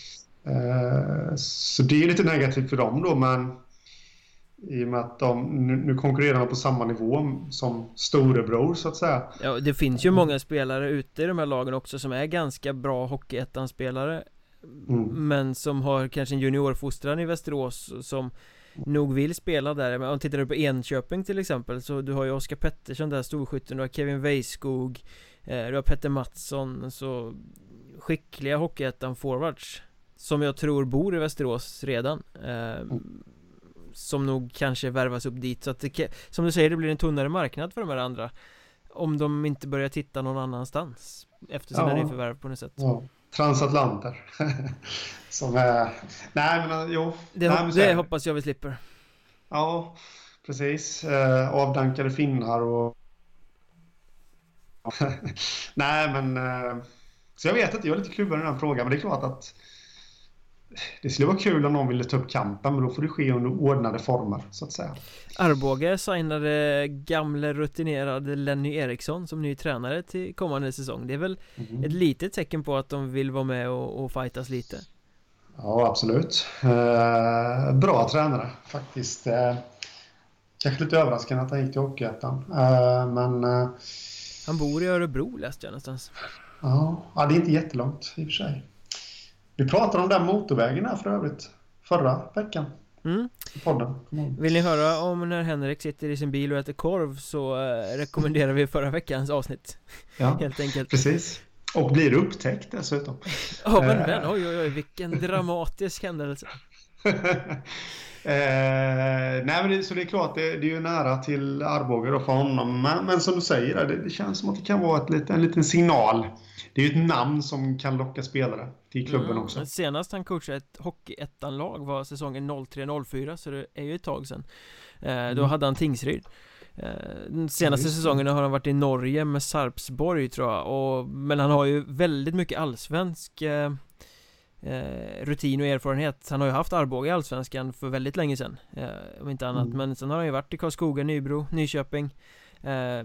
Så det är lite negativt för dem då, men i och med att de nu, nu konkurrerar på samma nivå som storebror så att säga. Ja, det finns ju många spelare ute i de här lagen också som är ganska bra hockeyettan-spelare, mm. men som har kanske en juniorfostran i Västerås som nog vill spela där. Men om tittar du på Enköping till exempel, så du har ju Oskar Pettersson där, storskytten, du har Kevin Weiskog, du har Petter Mattsson, så skickliga hockeyettan-forwards som jag tror bor i Västerås redan, eh, mm. som nog kanske värvas upp dit, så att det, som du säger, det blir en tunnare marknad för de här andra om de inte börjar titta någon annanstans efter sina ja. nyförvärv på något sätt. Ja. Transatlanter som är, nej men jo, det, nej, men det hoppas jag vi slipper. Ja, precis. Eh, avdankade finnar och nej men eh, så jag vet inte, jag är lite kluven i den här frågan, men det är klart att det skulle vara kul om någon ville ta upp kampen, men då får det ske under ordnade former, så att säga. Arboga signade gamle rutinerade Lenny Eriksson som ny tränare till kommande säsong. Det är väl mm. ett litet tecken på att de vill vara med och, och fightas lite. Ja, absolut. Eh, bra tränare, faktiskt. Eh, kanske lite överraskande att han gick till Hockeyettan. Eh, men... Eh, han bor i Örebro, läste jag någonstans. Ja, ja, det är inte jättelångt i och för sig. Vi pratade om den motorvägen här för övrigt förra veckan. Mm. I podden. Vill ni höra om när Henrik sitter i sin bil och äter korv, så eh, rekommenderar vi förra veckans avsnitt. Ja, helt enkelt. Precis. Och blir upptäckt dessutom. Ja, oh, men vän, oj, oj, oj, vilken dramatisk händelse. Eh, nej men det, så det är klart det, det är ju nära till Arboga då för honom, men, men som du säger det, det känns som att det kan vara ett lit, en liten signal. Det är ju ett namn som kan locka spelare till klubben mm, också. Senast han coachade ett hockeyettanlag var säsongen noll tre noll fyra, så det är ju ett tag sedan. eh, mm. Då hade han Tingsryd. eh, Den senaste mm. säsongen har han varit i Norge med Sarpsborg, tror jag, och, men han har ju väldigt mycket allsvensk eh, Eh, rutin och erfarenhet. Han har ju haft Arboga i Allsvenskan för väldigt länge sedan, eh, om inte annat, mm. men sen har han ju varit i Karlskoga, Nybro, Nyköping, eh,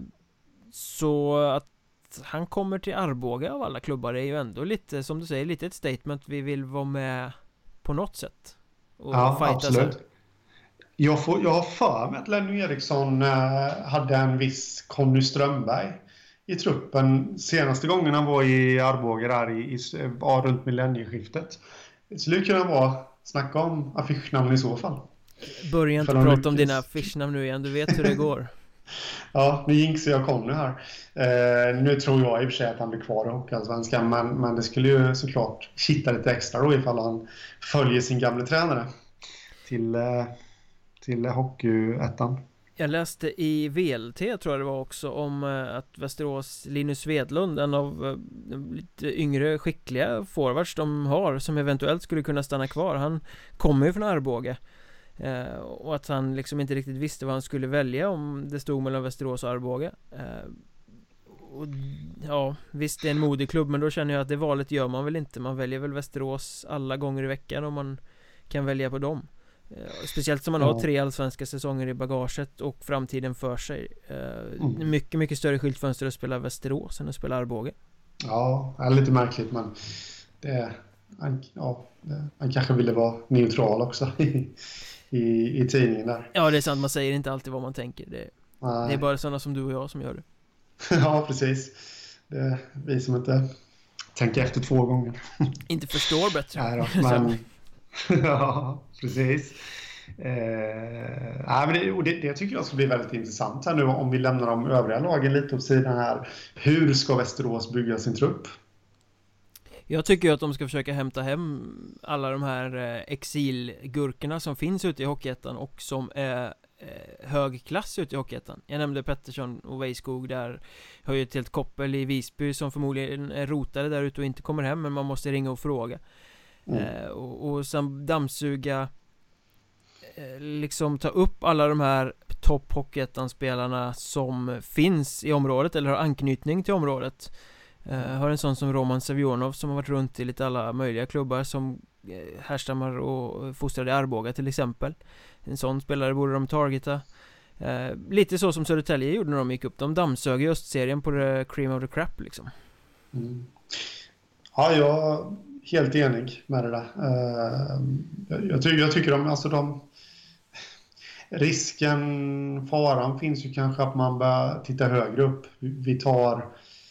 så att han kommer till Arboga av alla klubbar är ju ändå lite, som du säger, lite ett statement. Vi vill vara med på något sätt och ja, absolut. Sig. Jag, får, jag har för mig att Lenny Eriksson eh, hade en viss Conny Strömberg i truppen senaste gången han var i Arboga där i, i, ja, runt millennieskiftet. Det skulle kunna vara, snacka om affischnamn i så fall. Börja inte prata lyckas. om dina affischnamn nu igen, du vet hur det går. Ja, nu jinxar jag Conny här. Eh, nu tror jag i och för sig att han blir kvar i Hockeyallsvenskan, men, men det skulle ju såklart kitta lite extra då ifall han följer sin gamla tränare till, eh, till Hockeyettan. Jag läste i V L T, tror jag det var också, om att Västerås Linus Svedlund, en av de lite yngre skickliga forwards de har, som eventuellt skulle kunna stanna kvar. Han kommer ju från Arboga, eh, och att han liksom inte riktigt visste vad han skulle välja om det stod mellan Västerås och Arboga. eh, och, ja, visst det är en modeklubb, men då känner jag att det valet gör man väl inte. Man väljer väl Västerås alla gånger i veckan om man kan välja på dem. Speciellt som man ja. har tre allsvenska säsonger i bagaget och framtiden för sig. mm. Mycket, mycket större skyltfönster att spela Västerås än att spela Arboga. Ja, det är lite märkligt, men det, han, ja, det, han kanske ville vara neutral också i, i, i tidningen där. Ja, det är sant, man säger inte alltid vad man tänker. Det, det är bara sådana som du och jag som gör det. Ja, precis. Det är vi som inte tänker efter två gånger. Inte förstår bättre. Nej då, men... Ja, precis. Eh, nej, men det, och det, det tycker jag ska bli väldigt intressant här nu, om vi lämnar de övriga lagen lite åt sidan här. Hur ska Västerås bygga sin trupp? Jag tycker att de ska försöka hämta hem alla de här eh, exilgurkorna som finns ute i Hockeyettan och som är eh, hög klass ute i Hockeyettan. Jag nämnde Pettersson och Weiskog där. Jag har ju ett helt koppel i Visby som förmodligen är rotade där ute och inte kommer hem, men man måste ringa och fråga. Mm. Eh, och, och sen dammsuga, eh, liksom ta upp alla de här topp Hockeyettan-spelarna som finns i området eller har anknytning till området. eh, Har en sån som Roman Savionov som har varit runt i lite alla möjliga klubbar, som eh, härstammar och fostrade i Arboga till exempel. En sån spelare borde de targeta. eh, Lite så som Södertälje gjorde när de gick upp. De dammsög i östserien på the cream of the crap liksom. mm. Ja, jag helt enig med det där. Uh, jag, ty- jag tycker de, alltså de risken, faran finns ju kanske att man bör titta högre upp. Vi tar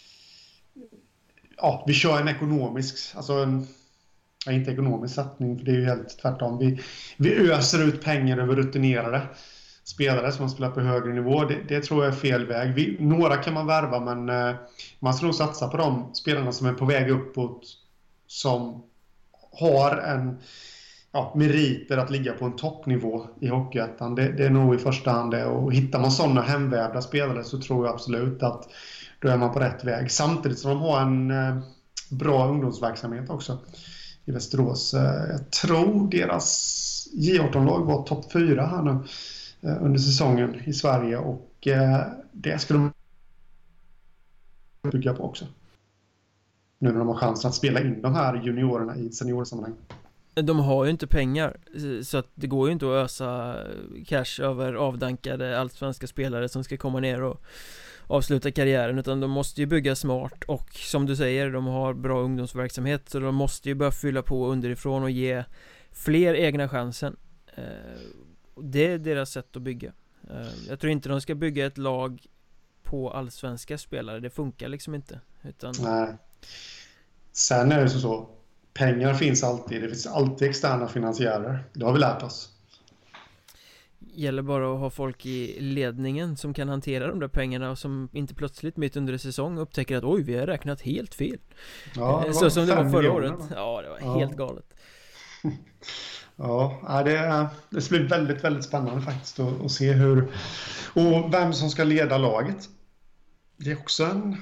ja, vi kör en ekonomisk, alltså en ja, inte ekonomisk satsning, för det är ju helt tvärtom. Vi, vi öser ut pengar över rutinerade spelare som har spelat på högre nivå. Det, det tror jag är fel väg. Vi, några kan man värva, men uh, man ska nog satsa på de spelarna som är på väg uppåt, som har en ja, meriter att ligga på en toppnivå i Hockeyettan. Det, det är nog i första hand det. Och hittar man sådana hemvävda spelare så tror jag absolut att då är man på rätt väg. Samtidigt som de har en eh, bra ungdomsverksamhet också i Västerås. Eh, jag tror deras J arton-lag var topp fyra här nu eh, under säsongen i Sverige, och eh, det skulle de bygga på också. Nu när de har chansen att spela in de här juniorerna i seniorsammanhang. De har ju inte pengar, så att det går ju inte att ösa cash över avdankade allsvenska spelare som ska komma ner och avsluta karriären, utan de måste ju bygga smart. Och som du säger, de har bra ungdomsverksamhet, så de måste ju börja fylla på underifrån och ge fler egna chansen. Det är deras sätt att bygga. Jag tror inte de ska bygga ett lag på allsvenska spelare, det funkar liksom inte, utan... Nej. Sen är det så, så pengar finns alltid, det finns alltid externa finansiärer, det har vi lärt oss. Gäller bara att ha folk i ledningen som kan hantera de där pengarna och som inte plötsligt mitt under en säsong upptäcker att oj, vi har räknat helt fel. Ja, så som det var förra året. Va? Ja, det var ja. helt galet. Ja, det, det ska bli väldigt, väldigt spännande faktiskt att, att se hur och vem som ska leda laget. Det är också en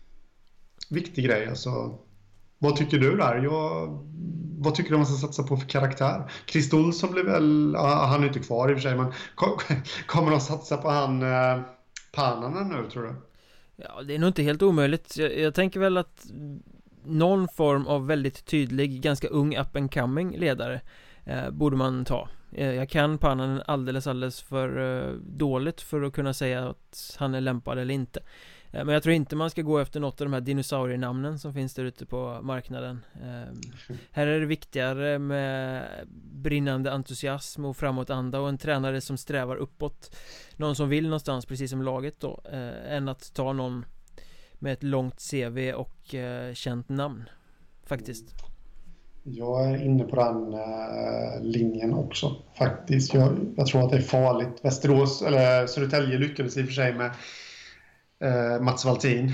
viktig grej. Alltså, vad tycker du där? Jag, vad tycker du man ska satsa på för karaktär? Christer Olsson blir väl... Ja, han är inte kvar i och för sig, men kommer de satsa på han eh, Pannanen nu, tror du? Ja, det är nog inte helt omöjligt. Jag, jag tänker väl att någon form av väldigt tydlig, ganska ung up and coming ledare eh, borde man ta. eh, Jag kan Pannanen alldeles, alldeles för eh, dåligt för att kunna säga att han är lämpad eller inte. Men jag tror inte man ska gå efter något av de här dinosaurienamnen som finns där ute på marknaden. um, Här är det viktigare med brinnande entusiasm och framåtanda och en tränare som strävar uppåt. Någon som vill någonstans, precis som laget då, uh, än att ta någon med ett långt C V och uh, känt namn, faktiskt. Jag är inne på den uh, linjen också, faktiskt. Jag, jag tror att det är farligt. Västerås, eller Södertälje lyckades i och för sig med Uh, Mats Valtin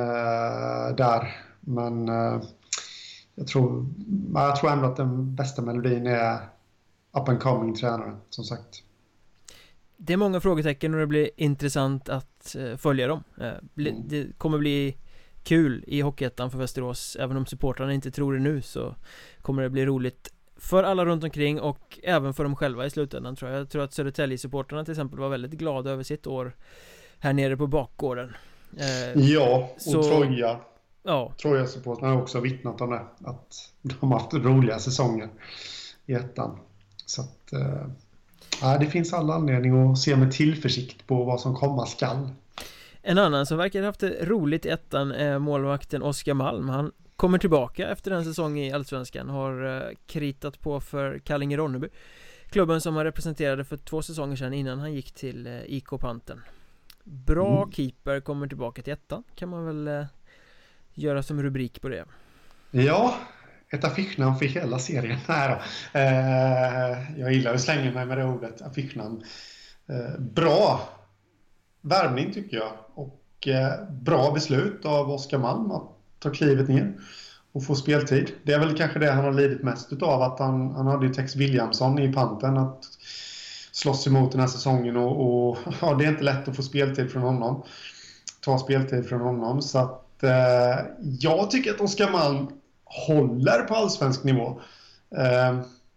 uh, där, men uh, jag tror jag tror ändå att den bästa melodin är up and coming tränare, som sagt. Det är många frågetecken och det blir intressant att uh, följa dem. uh, bli, mm. Det kommer bli kul i Hockeyettan för Västerås. Även om supportrarna inte tror det nu, så kommer det bli roligt för alla runt omkring och även för dem själva i slutändan, tror jag. Jag tror att Södertälje-supportrarna till exempel var väldigt glada över sitt år här nere på bakgården. Eh, ja, och så, Troja. Ja. Troja supportrarna har också vittnat om det. Att de har haft roliga säsonger i ettan. Så att eh, det finns alla anledning att se med tillförsikt på vad som komma skall. En annan som verkar ha haft det roligt i ettan är målvakten Oskar Malm. Han kommer tillbaka efter en säsong i Allsvenskan. Har eh, kritat på för Kallinge-Ronneby, klubben som han representerade för två säsonger sedan innan han gick till eh, I K Panten. Bra mm. keeper kommer tillbaka till ettan, kan man väl eh, göra som rubrik på det. Ja, ett affischnamn för hela serien. Nej då. Eh, jag gillar att slänga mig med det ordet, affischnamn. Eh, bra värvning tycker jag. Och eh, bra beslut av Oskar Malm att ta klivet ner och få speltid. Det är väl kanske det han har lidit mest utav, att han, han hade ju Tex Williamson i Panten att slåss emot den här säsongen och, och ja, det är inte lätt att få speltid från honom. Ta speltid från honom. Så att eh, jag tycker att Oskar Malm håller på allsvensk nivå. Eh,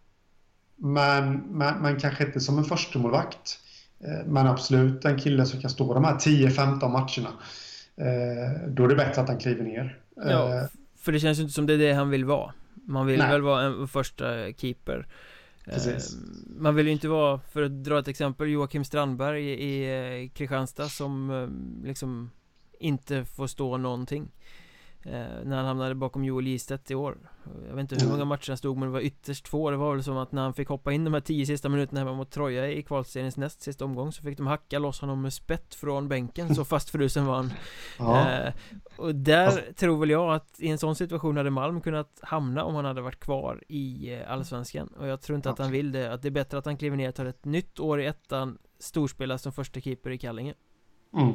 men, men, men kanske inte som en förstemålvakt. Eh, men absolut en kille som kan stå de här tio femton matcherna. Eh, då är det bättre att han kliver ner. Eh, ja, för det känns ju inte som det är det han vill vara. Man vill nej. väl vara en första keeper. Precis. Man vill ju inte vara, för att dra ett exempel, Joakim Strandberg i, i Kristianstad som liksom inte får stå någonting eh, när han hamnade bakom Joel Gistedt i år. Jag vet inte hur många matcher han stod, men det var ytterst två. Det var väl som att när han fick hoppa in de här tio sista minuterna hemma mot Troja i kvalseriens näst sista omgång, så fick de hacka loss honom med spett från bänken, så fast frusen var han. Ja. eh, Och där alltså, tror väl jag att i en sån situation hade Malm kunnat hamna om han hade varit kvar i Allsvenskan. Och jag tror inte att han vill det. Att det är bättre att han kliver ner och tar ett nytt år i ettan, storspelar som första keeper i Kallinge. Mm.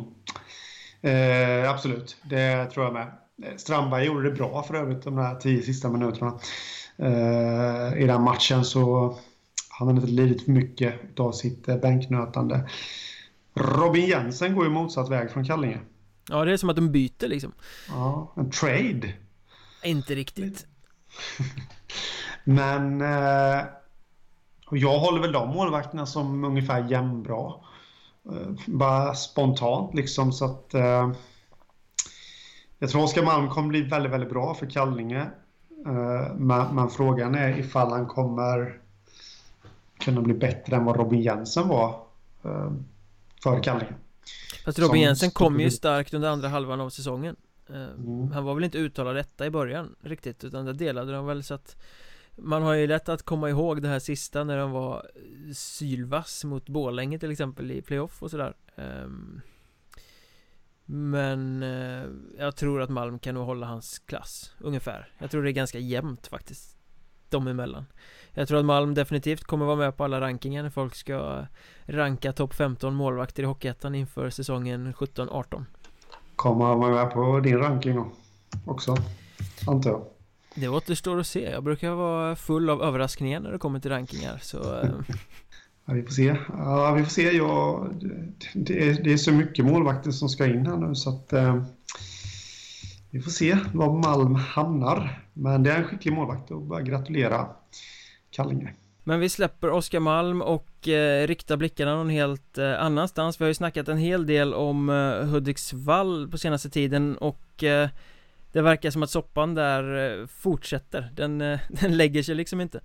Eh, absolut, det tror jag med. Strandberg gjorde det bra för övrigt de här tio sista minuterna. Eh, I den matchen så han hade inte lidit för mycket av sitt eh, bänknötande. Robin Jensen går ju motsatt väg från Kallinge. Ja, det är som att de byter liksom. Ja, en trade. Inte riktigt. Men eh, jag håller väl de målvakterna som ungefär jämnbra. Eh, bara spontant liksom, så att eh, jag tror Oskar Malm kommer bli väldigt, väldigt bra för Kallinge. Uh, men, men frågan är ifall han kommer kunna bli bättre än vad Robin Jensen var uh, för Kallinge. Fast Robin Jensen kom ju starkt under andra halvan av säsongen. uh, mm. Han var väl inte uttalad detta i början riktigt, utan det delade de väl, så att man har ju lätt att komma ihåg det här sista när de var sylvass mot Borlänge till exempel i playoff och sådär. um, Men uh, jag tror att Malm kan nog hålla hans klass ungefär. Jag tror det är ganska jämnt faktiskt dem emellan. Jag tror att Malm definitivt kommer vara med på alla rankingar när folk ska ranka topp femton målvakter i Hockeyettan inför säsongen sjutton arton. Kommer han vara med på din ranking då också, antar jag? Det återstår att se. Jag brukar vara full av överraskningar när det kommer till rankingar, så... Ja, vi får se. Ja, vi får se. Ja, det, är, det är så mycket målvakter som ska in här nu, så att eh, vi får se var Malm hamnar. Men det är en skicklig målvakt och bara gratulera Kallinge. Men vi släpper Oskar Malm och eh, riktar blickarna någon helt eh, annanstans. Vi har ju snackat en hel del om eh, Hudiksvall på senaste tiden, och eh, det verkar som att soppan där eh, fortsätter. Den, eh, den lägger sig liksom inte.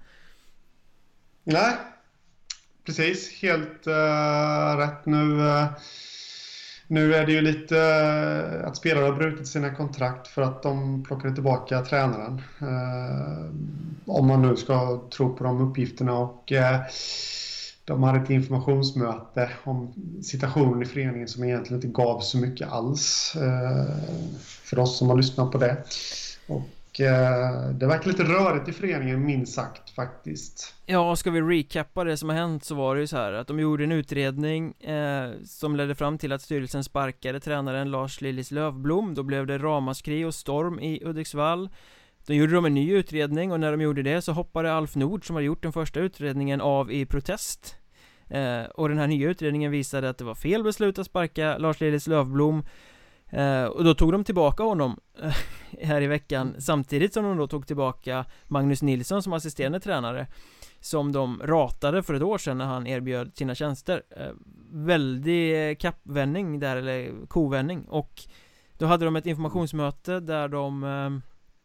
Nej, precis. Helt uh, rätt. Nu, uh, nu är det ju lite uh, att spelare har brutit sina kontrakt för att de plockade tillbaka tränaren. Uh, om man nu ska tro på de uppgifterna. Och uh, de hade ett informationsmöte om situationen i föreningen som egentligen inte gav så mycket alls uh, för oss som har lyssnat på det. Och det verkar lite rörigt i föreningen, minst sagt faktiskt. Ja, ska vi recappa det som har hänt, så var det ju så här att de gjorde en utredning eh, som ledde fram till att styrelsen sparkade tränaren Lars Lillis Lövblom. Då blev det ramaskri och storm i Hudiksvall. Då gjorde de en ny utredning, och när de gjorde det så hoppade Alf Nord, som hade gjort den första utredningen, av i protest. Eh, och den här nya utredningen visade att det var fel beslut att sparka Lars Lillis Lövblom. Uh, och då tog de tillbaka honom uh, här i veckan, samtidigt som de då tog tillbaka Magnus Nilsson som assisterande tränare, som de ratade för ett år sedan när han erbjöd sina tjänster. uh, Väldig kappvändning där, eller kovändning. Och då hade de ett informationsmöte där de uh,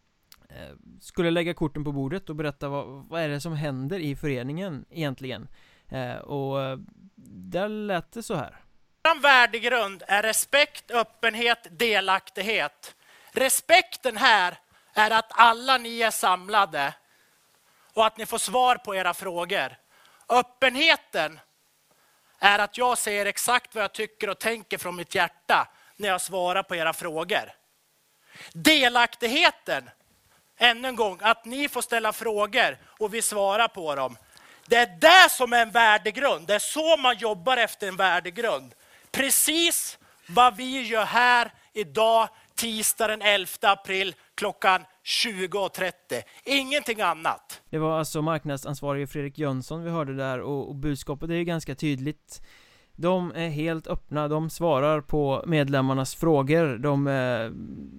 skulle lägga korten på bordet och berätta vad, vad är det som händer i föreningen egentligen. uh, Och uh, där lät det så här. En värdegrund är respekt, öppenhet, delaktighet. Respekten här är att alla ni är samlade och att ni får svar på era frågor. Öppenheten är att jag säger exakt vad jag tycker och tänker från mitt hjärta när jag svarar på era frågor. Delaktigheten, än en gång, att ni får ställa frågor och vi svarar på dem. Det är det som är en värdegrund. Det är så man jobbar efter en värdegrund. Precis vad vi gör här idag, tisdag den elfte april klockan tjugo och trettio. Ingenting annat. Det var alltså marknadsansvarig Fredrik Jönsson vi hörde där, och, och budskapet är ju ganska tydligt. De är helt öppna, de svarar på medlemmarnas frågor. De eh,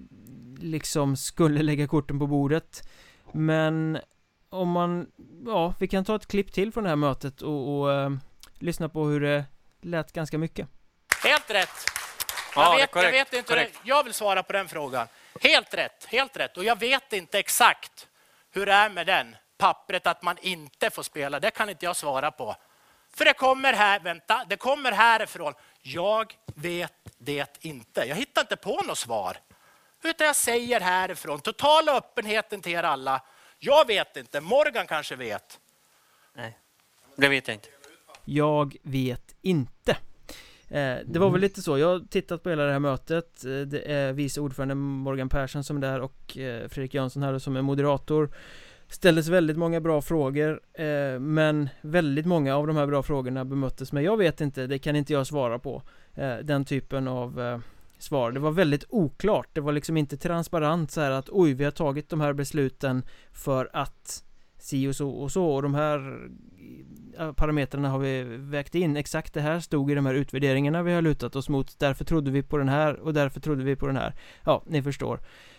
liksom skulle lägga korten på bordet. Men om man, ja, vi kan ta ett klipp till från det här mötet och, och eh, lyssna på hur det lät ganska mycket. Helt rätt. Jag, ja, vet, korrekt, jag vet inte. Det, jag vill svara på den frågan. Helt rätt, helt rätt. Och jag vet inte exakt hur det är med den pappret att man inte får spela. Det kan inte jag svara på. För det kommer här, vänta, det kommer härifrån. Jag vet det inte. Jag hittar inte på något svar. Utan jag säger härifrån. Totala öppenheten till er alla. Jag vet inte. Morgan kanske vet. Nej, det vet jag inte. Jag vet inte. Eh, det var väl lite så. Jag har tittat på hela det här mötet. eh, Det är vice ordförande Morgan Persson som är där, och eh, Fredrik Jönsson här som är moderator. Ställdes väldigt många bra frågor, eh, men väldigt många av de här bra frågorna bemöttes med jag vet inte, det kan inte jag svara på. eh, Den typen av eh, svar. Det var väldigt oklart. Det var liksom inte transparent så här att oj, vi har tagit de här besluten för att si och så och så, och de här parametrarna har vi vägt in. Exakt det här stod i de här utvärderingarna vi har lutat oss mot. Därför trodde vi på den här och därför trodde vi på den här. Ja, ni förstår.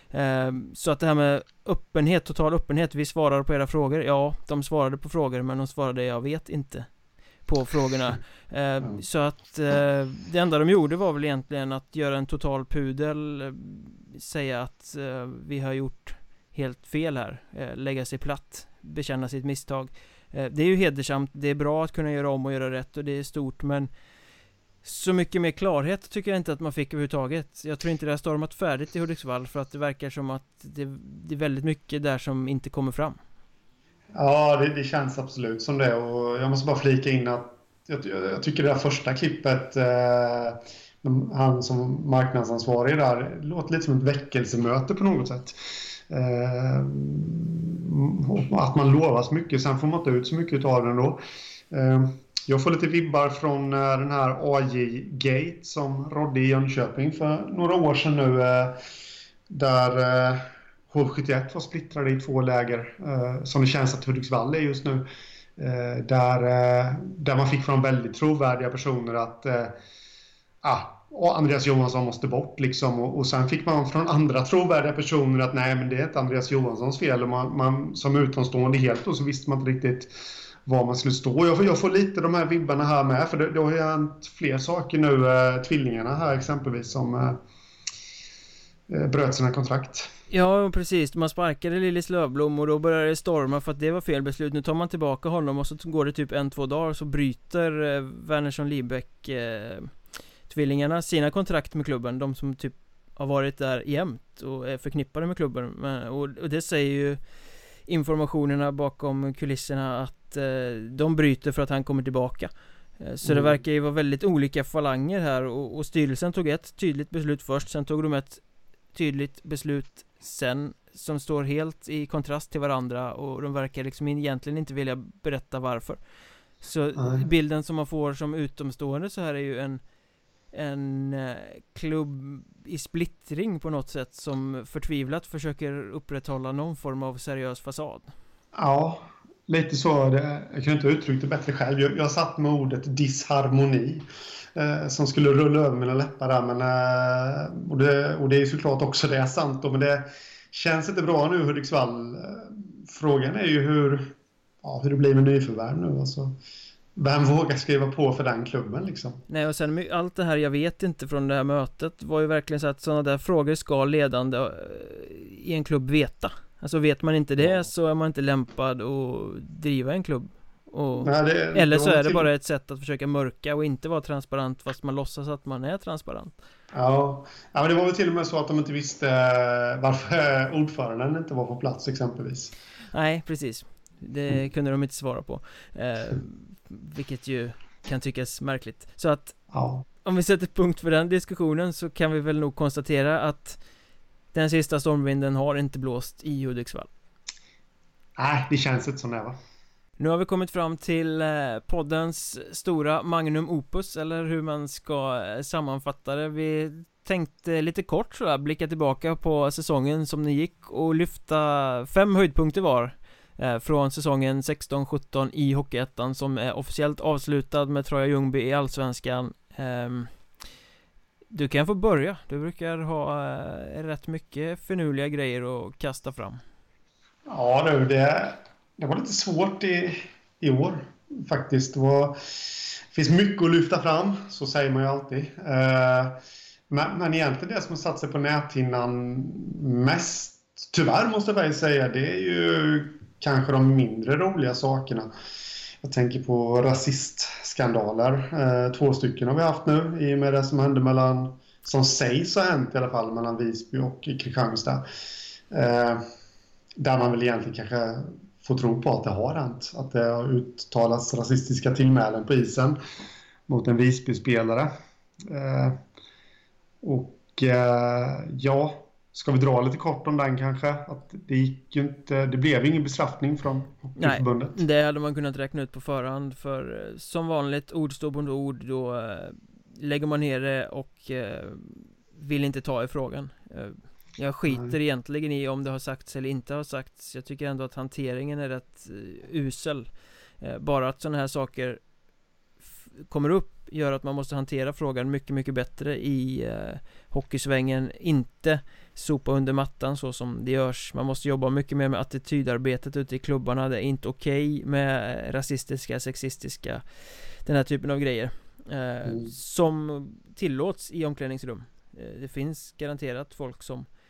Så att det här med öppenhet, total öppenhet, vi svarar på era frågor. Ja, de svarade på frågor, men de svarade jag vet inte på frågorna. Så att det enda de gjorde var väl egentligen att göra en total pudel, säga att vi har gjort helt fel här, eh, lägga sig platt, bekänna sitt misstag. eh, Det är ju hedersamt, det är bra att kunna göra om och göra rätt, och det är stort, men så mycket mer klarhet tycker jag inte att man fick överhuvudtaget. Jag tror inte det har stormat färdigt i Hudiksvall, för att det verkar som att det, det är väldigt mycket där som inte kommer fram. Ja, det, det känns absolut som det, och jag måste bara flika in att jag, jag tycker det där första klippet, eh, han som marknadsansvarig där, låter lite som ett väckelsemöte på något sätt. Eh, att man lovar så mycket, sen får man inte ut så mycket av den då. Eh, jag får lite vibbar från eh, den här A J-gate som rådde i Jönköping för några år sedan nu, eh, där eh, H sjuttioett var splittrade i två läger, eh, som det känns att Hudiksvall är just nu. Eh, där, eh, där man fick från väldigt trovärdiga personer att eh, ah, och Andreas Johansson måste bort liksom, och, och sen fick man från andra trovärdiga personer att nej, men det är inte Andreas Johanssons fel, och man, man som utomstående helt, och så visste man inte riktigt var man skulle stå. Jag får, jag får lite de här vibbarna här med, för det, det har ju hänt fler saker nu, eh, tvillingarna här exempelvis som eh, bröt sina kontrakt. Ja, precis. Man sparkade Lillis Lövblom och då började det storma för att det var fel beslut. Nu tar man tillbaka honom och så går det typ en, två dagar, så bryter eh, Wernersson Liebäck eh, tvillingarna sina kontrakt med klubben. De som typ har varit där jämt och är förknippade med klubben. Men, och, och det säger ju informationerna bakom kulisserna att eh, de bryter för att han kommer tillbaka. eh, Så mm. det verkar ju vara väldigt olika falanger här, och, och styrelsen tog ett tydligt beslut först, sen tog de ett tydligt beslut sen som står helt i kontrast till varandra, och de verkar liksom egentligen inte vilja berätta varför. Så mm. bilden som man får som utomstående så här är ju en en eh, klubb i splittring på något sätt, som förtvivlat försöker upprätthålla någon form av seriös fasad. Ja, lite så. Det, jag kan inte uttrycka det bättre själv. Jag, jag satt med ordet disharmoni eh, som skulle rulla över mina läppar där, men, eh, och, det, och det är såklart också det är sant då, men det känns inte bra nu, Hudiksvall. Frågan är ju hur, ja, hur det blir med nyförvärv nu. Alltså, vem vågar skriva på för den klubben liksom? Nej, och sen allt det här jag vet inte från det här mötet var ju verkligen så att sådana där frågor ska ledande i en klubb veta. Alltså vet man inte det, ja, så är man inte lämpad att driva en klubb. Och, Nej, det, eller så är det till... bara ett sätt att försöka mörka och inte vara transparent fast man låtsas att man är transparent. Ja, ja, men det var väl till och med så att de inte visste varför ordföranden inte var på plats exempelvis. Nej, precis. Det mm. kunde de inte svara på. Eh, vilket ju kan tyckas märkligt. Så att ja. Om vi sätter punkt för den diskussionen så kan vi väl nog konstatera att den sista stormvinden har inte blåst i Hudiksvall. Nej, det känns inte som det, va? Nu har vi kommit fram till poddens stora magnum opus, eller hur man ska sammanfatta det. Vi tänkte lite kort så där, blicka tillbaka på säsongen som ni gick och lyfta fem höjdpunkter var från säsongen sexton sjutton i Hockeyettan, som är officiellt avslutad med Troja Ljungby i Allsvenskan. Du kan få börja. Du brukar ha rätt mycket finurliga grejer att kasta fram. Ja, nu det, det var lite svårt i, i år faktiskt. Det, var, det finns mycket att lyfta fram, så säger man ju alltid. Men, men egentligen det som har satt sig på näthinnan mest, tyvärr måste jag faktiskt säga, det är ju kanske de mindre roliga sakerna. Jag tänker på rasistskandaler. Eh, två stycken har vi haft nu i och med det som hände mellan, som sägs ha hänt i alla fall, mellan Visby och Kristianstad. Eh, där man väl egentligen kanske får tro på att det har hänt. Att det har uttalats rasistiska tillmälen på isen mot en Visby-spelare. Eh, och eh, ja... Ska vi dra lite kort om den kanske? Att det gick ju inte, det blev ingen bestraffning från förbundet. Nej, det hade man kunnat räkna ut på förhand. För som vanligt, ord står på ord. Då eh, lägger man ner det och eh, vill inte ta i frågan. Eh, jag skiter Nej. egentligen i om det har sagts eller inte har sagts. Jag tycker ändå att hanteringen är rätt eh, usel. Eh, bara att sådana här saker f- kommer upp gör att man måste hantera frågan mycket, mycket bättre i eh, hockeysvängen. Inte sopa under mattan så som det görs. Man måste jobba mycket mer med attitydarbetet ute i klubbarna. Det är inte okej okay med rasistiska, sexistiska, den här typen av grejer eh, mm. som tillåts i omklädningsrum. eh, Det finns garanterat folk som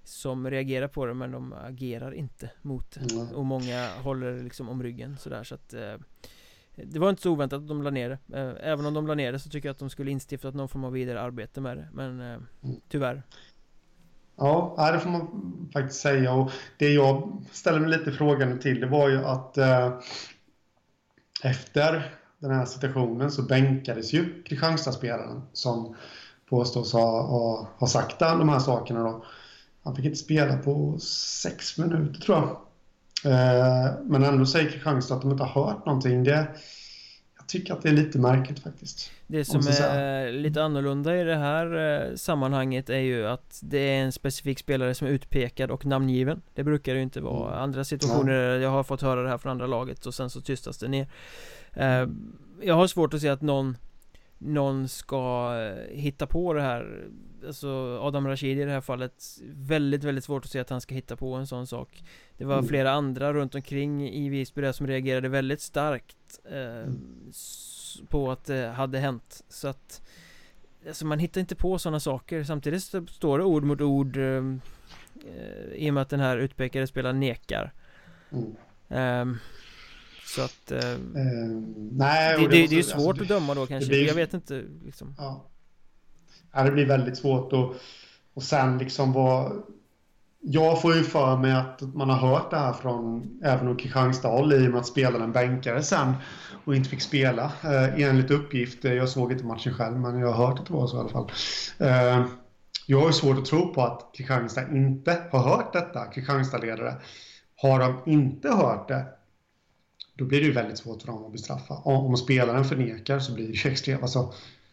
som reagerar på det, men de agerar inte mot det. Mm. Och många håller liksom om ryggen sådär, så att eh, det var inte så oväntat att de la ner det. eh, Även om de la ner det så tycker jag att de skulle instiftat någon form av vidare arbete med det. Men eh, tyvärr. Ja, det får man faktiskt säga. Och det jag ställer mig lite frågan till, det var ju att eh, efter den här situationen så bänkades ju Kristianstad-spelaren som påstås ha, ha, ha sagt de här sakerna då. Han fick inte spela på sex minuter tror jag. Eh, men ändå säger Kristianstad att de inte har hört någonting. Det, jag tycker att det är lite märkligt faktiskt. Det som är lite annorlunda i det här eh, sammanhanget är ju att det är en specifik spelare som är utpekad och namngiven. Det brukar ju inte vara. Mm. Andra situationer, ja. Jag har fått höra det här från andra laget och sen så tystas det ner. Eh, jag har svårt att se att någon någon ska hitta på det här. Alltså Adam Rashidi i det här fallet, väldigt, väldigt svårt att se att han ska hitta på en sån sak. Det var mm. flera andra runt omkring i Visby där som reagerade väldigt starkt eh, mm. på att det hade hänt. Så att alltså man hittar inte på sådana saker. Samtidigt står det ord mot ord eh, i och med att den här utpekade spelaren nekar. Mm. Eh, Så att eh, uh, nej, det, det, det, det är ju svårt alltså, att döma då kanske. Blir, jag vet inte liksom. Ja. Ja, det blir väldigt svårt och, och sen liksom vad jag får ju för mig att man har hört det här från även från Kristianstad i och med att spelaren bänkade sen och inte fick spela eh, enligt uppgift. Jag såg inte matchen själv, men jag har hört att det var så i alla fall. Eh, jag har ju svårt att tro på att Kristianstad inte har hört detta. Kristianstad-ledare, har de inte hört det, då blir det ju väldigt svårt för dem att bestraffa. Om spelaren förnekar så blir det ju extremt. Alltså,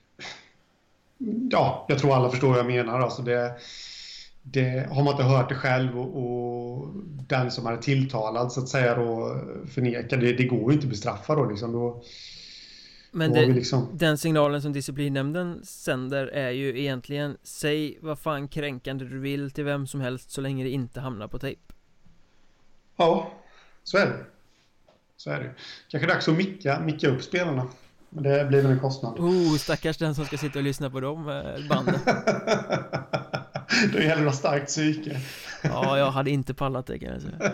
ja, jag tror alla förstår vad jag menar. Alltså det, det, har man inte hört det själv och, och den som är tilltalad så att säga då förnekar, det, det går ju inte att bestraffa då. Liksom, då Men det, liksom... den signalen som disciplinnämnden sänder är ju egentligen: säg vad fan kränkande du vill till vem som helst så länge det inte hamnar på tejp. Ja, så är det. Så är det. Kanske dags att micka, micka upp spelarna. Men det blir väl en kostnad. Oh, stackars den som ska sitta och lyssna på dem banden. Det gäller att starkt psyke. Ja, jag hade inte pallat det kan jag säga.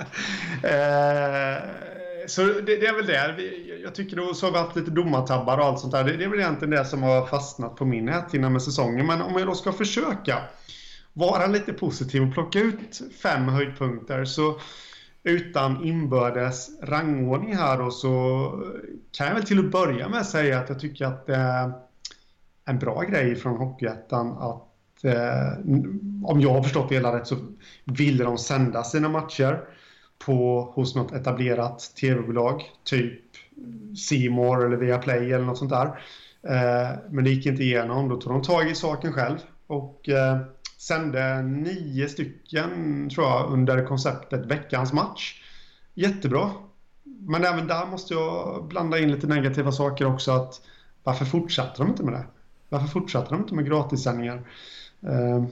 eh, så det, det är väl det. Jag tycker då så har vi haft lite domartabbar och allt sånt där. Det, det är väl egentligen det som har fastnat på min näthinna med säsongen. Men om jag då ska försöka vara lite positiv och plocka ut fem höjdpunkter så utan inbördes rangordning här då, så kan jag väl till att börja med säga att jag tycker att det är en bra grej från Hockeyettan att eh, om jag har förstått det hela rätt så ville de sända sina matcher på, hos något etablerat tv-bolag typ C More eller Viaplay eller något sånt där. Eh, men det gick inte igenom, då tog de tag i saken själv och eh, sände nio stycken tror jag under konceptet veckans match. Jättebra. Men även där måste jag blanda in lite negativa saker också. Att varför fortsatte de inte med det? Varför fortsatte de inte med gratissändningar? Eh,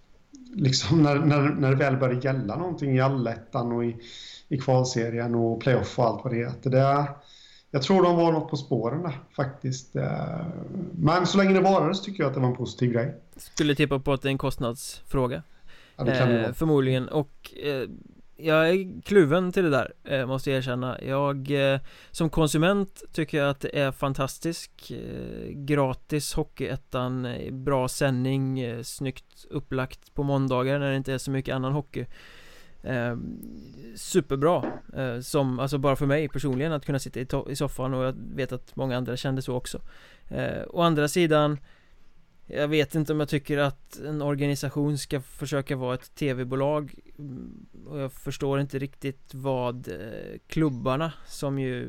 liksom när, när, när det väl började gälla någonting i allettan och i, i kvalserien och playoff och allt vad det heter. Det är, jag tror de var något på spåren där, faktiskt. Men så länge det varade så tycker jag att det var en positiv grej. Skulle tippa på att det är en kostnadsfråga. Ja, det kan det eh, vara. Förmodligen. Och eh, jag är kluven till det där, eh, måste jag erkänna. Jag eh, som konsument tycker jag att det är fantastisk eh, gratis Hockeyettan, eh, bra sändning, eh, snyggt upplagt på måndagar när det inte är så mycket annan hockey. Eh, superbra eh, som, alltså bara för mig personligen att kunna sitta i, to- i soffan, och jag vet att många andra kände så också. eh, Å andra sidan, jag vet inte om jag tycker att en organisation ska försöka vara ett tv-bolag, och jag förstår inte riktigt vad eh, klubbarna, som ju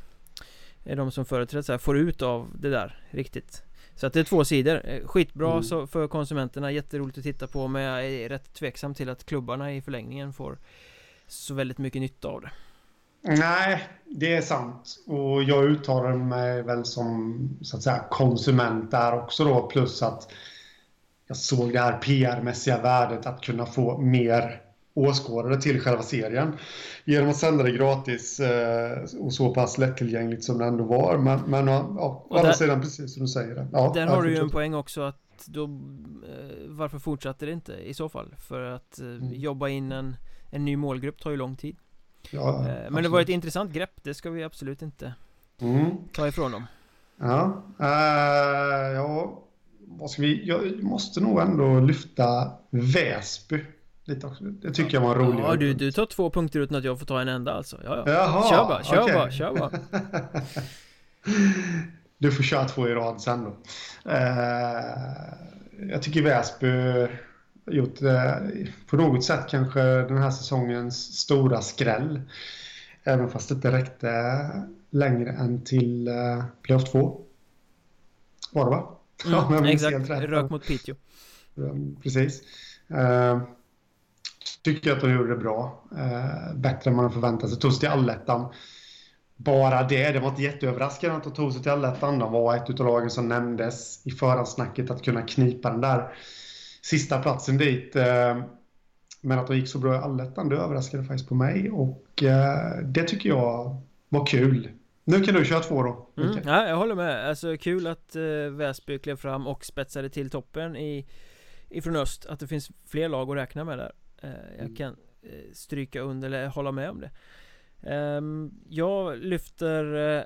är de som företräds här, får ut av det där riktigt. Så att det är två sidor. Skitbra mm. så för konsumenterna, jätteroligt att titta på, men jag är rätt tveksam till att klubbarna i förlängningen får så väldigt mycket nytta av det. Nej, det är sant. Och jag uttalar mig väl som så att säga konsument där också då, plus att jag såg det här P R-mässiga värdet att kunna få mer åskådare till själva serien genom att sända det gratis eh, och så pass lättillgängligt som det ändå var. Men, men ja, å andra sidan precis som du säger det. Ja, där har du ju en poäng också, att att då eh, varför fortsatte det inte i så fall? För att eh, Mm. jobba in en, en ny målgrupp tar ju lång tid. Ja, eh, Men absolut. det var ett intressant grepp, det ska vi absolut inte Mm. ta ifrån dem. Ja, eh, ja, vad ska vi, jag måste nog ändå lyfta Väsby lite också. Det tycker jag var en rolig. Ja, du, du tar två punkter utan att jag får ta en enda alltså. Ja, ja. Jaha, Kör bara, kör okej. bara, kör bara. Du får köra två i rad sen då. Eh, jag tycker Väsby gjort eh, på något sätt kanske den här säsongens stora skräll. Även fast det inte räckte längre än till eh, playoff två. Var det va? Mm, Ja, men jag minns exakt, helt rätt. rök mot Piteå. Mm, precis. Eh, tycker att de gjorde det bra. Eh, bättre än man förväntade sig. Tog sig till allettan. Bara det, det var inte jätteöverraskande att de tog sig till allettan. De var ett av lagen som nämndes i förhandsnacket att kunna knipa den där sista platsen dit. Eh, men att de gick så bra i allettan, det överraskade faktiskt på mig. Och eh, det tycker jag var kul. Nu kan du köra två då. Mm, Okej. ja, jag håller med. Alltså kul att eh, Väsby klev fram och spetsade till toppen i, ifrån öst. Att det finns fler lag att räkna med där. Eh, jag Mm. kan eh, stryka under eller hålla med om det. Ehm, jag lyfter eh,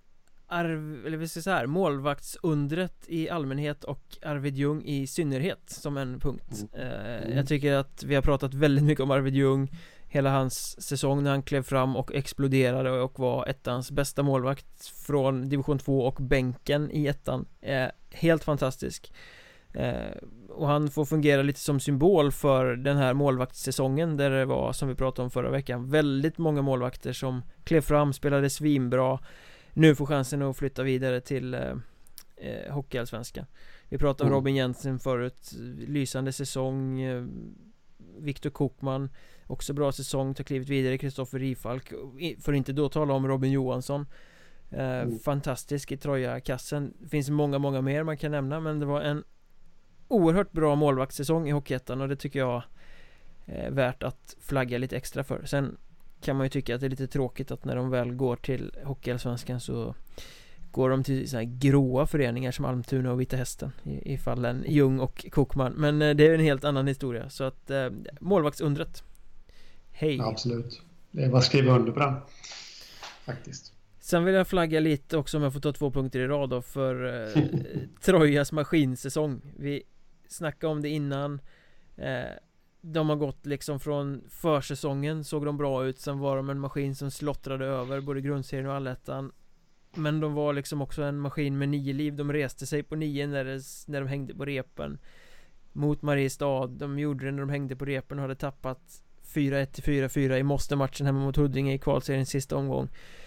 arv, eller vi ska säga så här, målvaktsundret i allmänhet och Arvid Ljung i synnerhet som en punkt. Eh, jag tycker att vi har pratat väldigt mycket om Arvid Ljung. Hela hans säsong när han klev fram och exploderade och var ettans bästa målvakt från division två och bänken i ettan är helt fantastisk. Eh, och han får fungera lite som symbol för den här målvaktssäsongen där det var, som vi pratade om förra veckan, väldigt många målvakter som klev fram, spelade svinbra, nu får chansen att flytta vidare till eh, eh, Hockeyallsvenskan. Vi pratade om Mm. Robin Jensen förut, lysande säsong. eh, Viktor Kokman, också bra säsong, tar klivet vidare. Kristoffer Rifalk, för inte då tala om Robin Johansson. eh, Mm. Fantastisk i Troja-kassen. Det finns många, många mer man kan nämna, men det var en oerhört bra målvaktssäsong i Hockeyettan och det tycker jag är värt att flagga lite extra för. Sen kan man ju tycka att det är lite tråkigt att när de väl går till Hockeyallsvenskan så går de till så här gråa föreningar som Almtuna och Vita Hästen i, i fallen Ljung och Kokman, men eh, det är en helt annan historia. Så att eh, målvaktsundret, hej. Ja, absolut. Det är bara att skriva under på den. Faktiskt. Sen vill jag flagga lite också, om jag får ta två punkter i rad då, för eh, Trojas maskinsäsong. Vi snackade om det innan. eh, De har gått liksom från försäsongen, såg de bra ut. Sen var de en maskin som slottrade över både grundserien och allettan. Men de var liksom också en maskin med nio liv. De reste sig på nio när, det, när de hängde på repen mot Mariestad. De gjorde det när de hängde på repen och hade tappat fyra ett till fyra fyra i måste-matchen hemma mot Huddinge i kvalseriens sista omgång.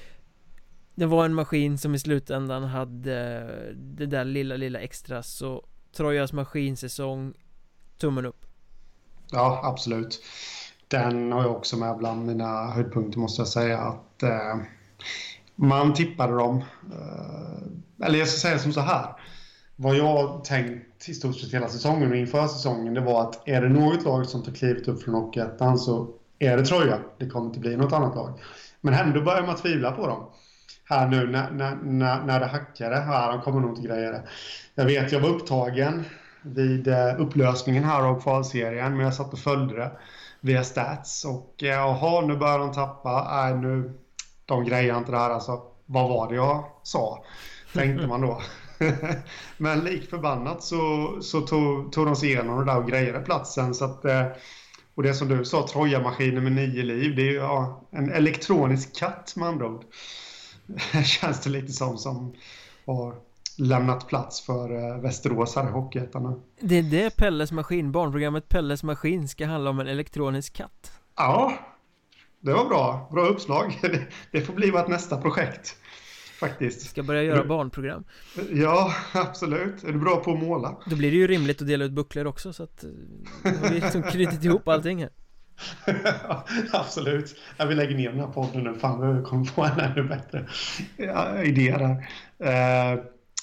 Det var en maskin som i slutändan hade det där lilla, lilla extra. Så Trojas maskinsäsong, tummen upp. Ja, absolut. Den har jag också med bland mina höjdpunkter, måste jag säga. Att eh, man tippade dem. Eh, eller jag ska säga som så här. Vad jag tänkt i stort sett hela säsongen och inför säsongen, det var att är det något lag som tar klivet upp från Hockeyettan så är det Troja. Det kommer inte bli något annat lag. Men ändå börjar man tvivla på dem. Här nu när, när, när, när det hackade. Här, de kommer nog inte greja det. Jag vet, jag var upptagen vid eh, upplösningen här av kvalserien, men jag satt och följde det via stats och eh, jaha, nu börjar de tappa. Nej, nu de grejer inte det här, alltså. Vad var det jag sa? Tänkte man då. Men lik förbannat så, så tog, tog de sig igenom det där och grejade platsen. Så att, eh, och det som du sa, Troja-maskiner med nio liv, det är ju ja, en elektronisk katt med andra ord. Känns det lite som som har lämnat plats för eh, Västerås här i Hockeyettan. Det är det Pelles maskin, barnprogrammet Pelles maskin ska handla om, en elektronisk katt. Ja, det var bra. Bra uppslag. Det, det får bli vårt nästa projekt. Faktiskt. Ska börja göra barnprogram. Ja, absolut. Är du bra på att måla? Då blir det ju rimligt att dela ut bucklor också. Så att då har vi liksom knutit ihop allting här. Ja, absolut. Jag vill lägga ner den här podden nu. Fan, vi kommer få en ännu bättre ja, idé där. Eh,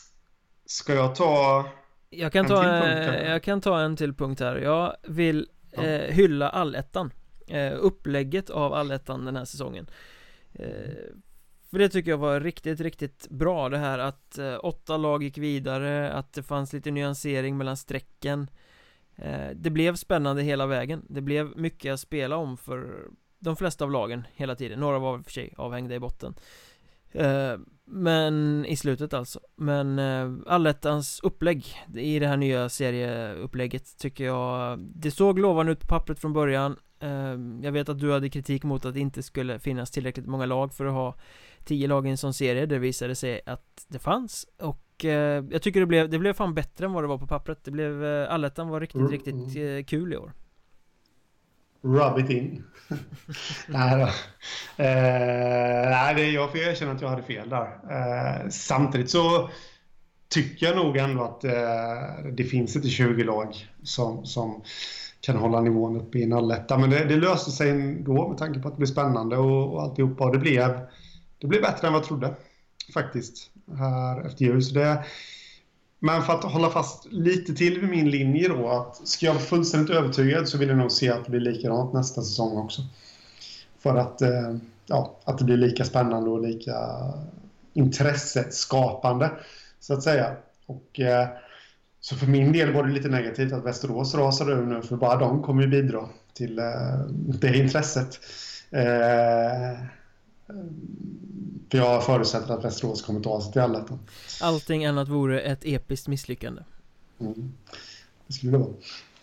ska jag ta... Jag kan en ta, till en, punkt, eller? jag kan ta en till punkt här. Jag vill Ja. eh, hylla allettan. Eh, upplägget av allettan den här säsongen. Eh, För det tycker jag var riktigt, riktigt bra det här att eh, åtta lag gick vidare, att det fanns lite nyansering mellan strecken. eh, Det blev spännande hela vägen. Det blev mycket att spela om för de flesta av lagen hela tiden. Några var för sig avhängda i botten. eh, Men i slutet alltså. Men eh, Allettans upplägg i det här nya serieupplägget tycker jag, det såg lovande ut på pappret från början. Jag vet att du hade kritik mot att det inte skulle finnas tillräckligt många lag för att ha tio lag i en sån serie. Det visade sig att det fanns. Och eh, jag tycker det blev, det blev fan bättre än vad det var på pappret. Det blev, eh, Allettan var riktigt, mm. riktigt eh, kul i år. Rub it in. Nej då. Eh, nej, det, jag får erkänna att jag hade fel där. Eh, samtidigt så tycker jag nog ändå att eh, det finns inte tjugo lag som... som kan hålla nivån uppe i en alletta. Men det, det löste sig ändå med tanke på att det blev spännande och, och alltihopa. Och det blev, det blev bättre än vad jag trodde. Faktiskt. Här efter jul. Så det, men för att hålla fast lite till vid min linje då. Att ska jag vara fullständigt övertygad så vill jag nog se att det blir likadant nästa säsong också. För att, eh, ja, att det blir lika spännande och lika intresseskapande. Så att säga. Och... Eh, Så för min del var det lite negativt att Västerås rasade ur nu, för bara de kommer ju bidra till eh, det intresset. Eh, för jag förutsätter att Västerås kommer ta sig till Allettan. Allting annat vore ett episkt misslyckande. Mm. Det skulle det vara.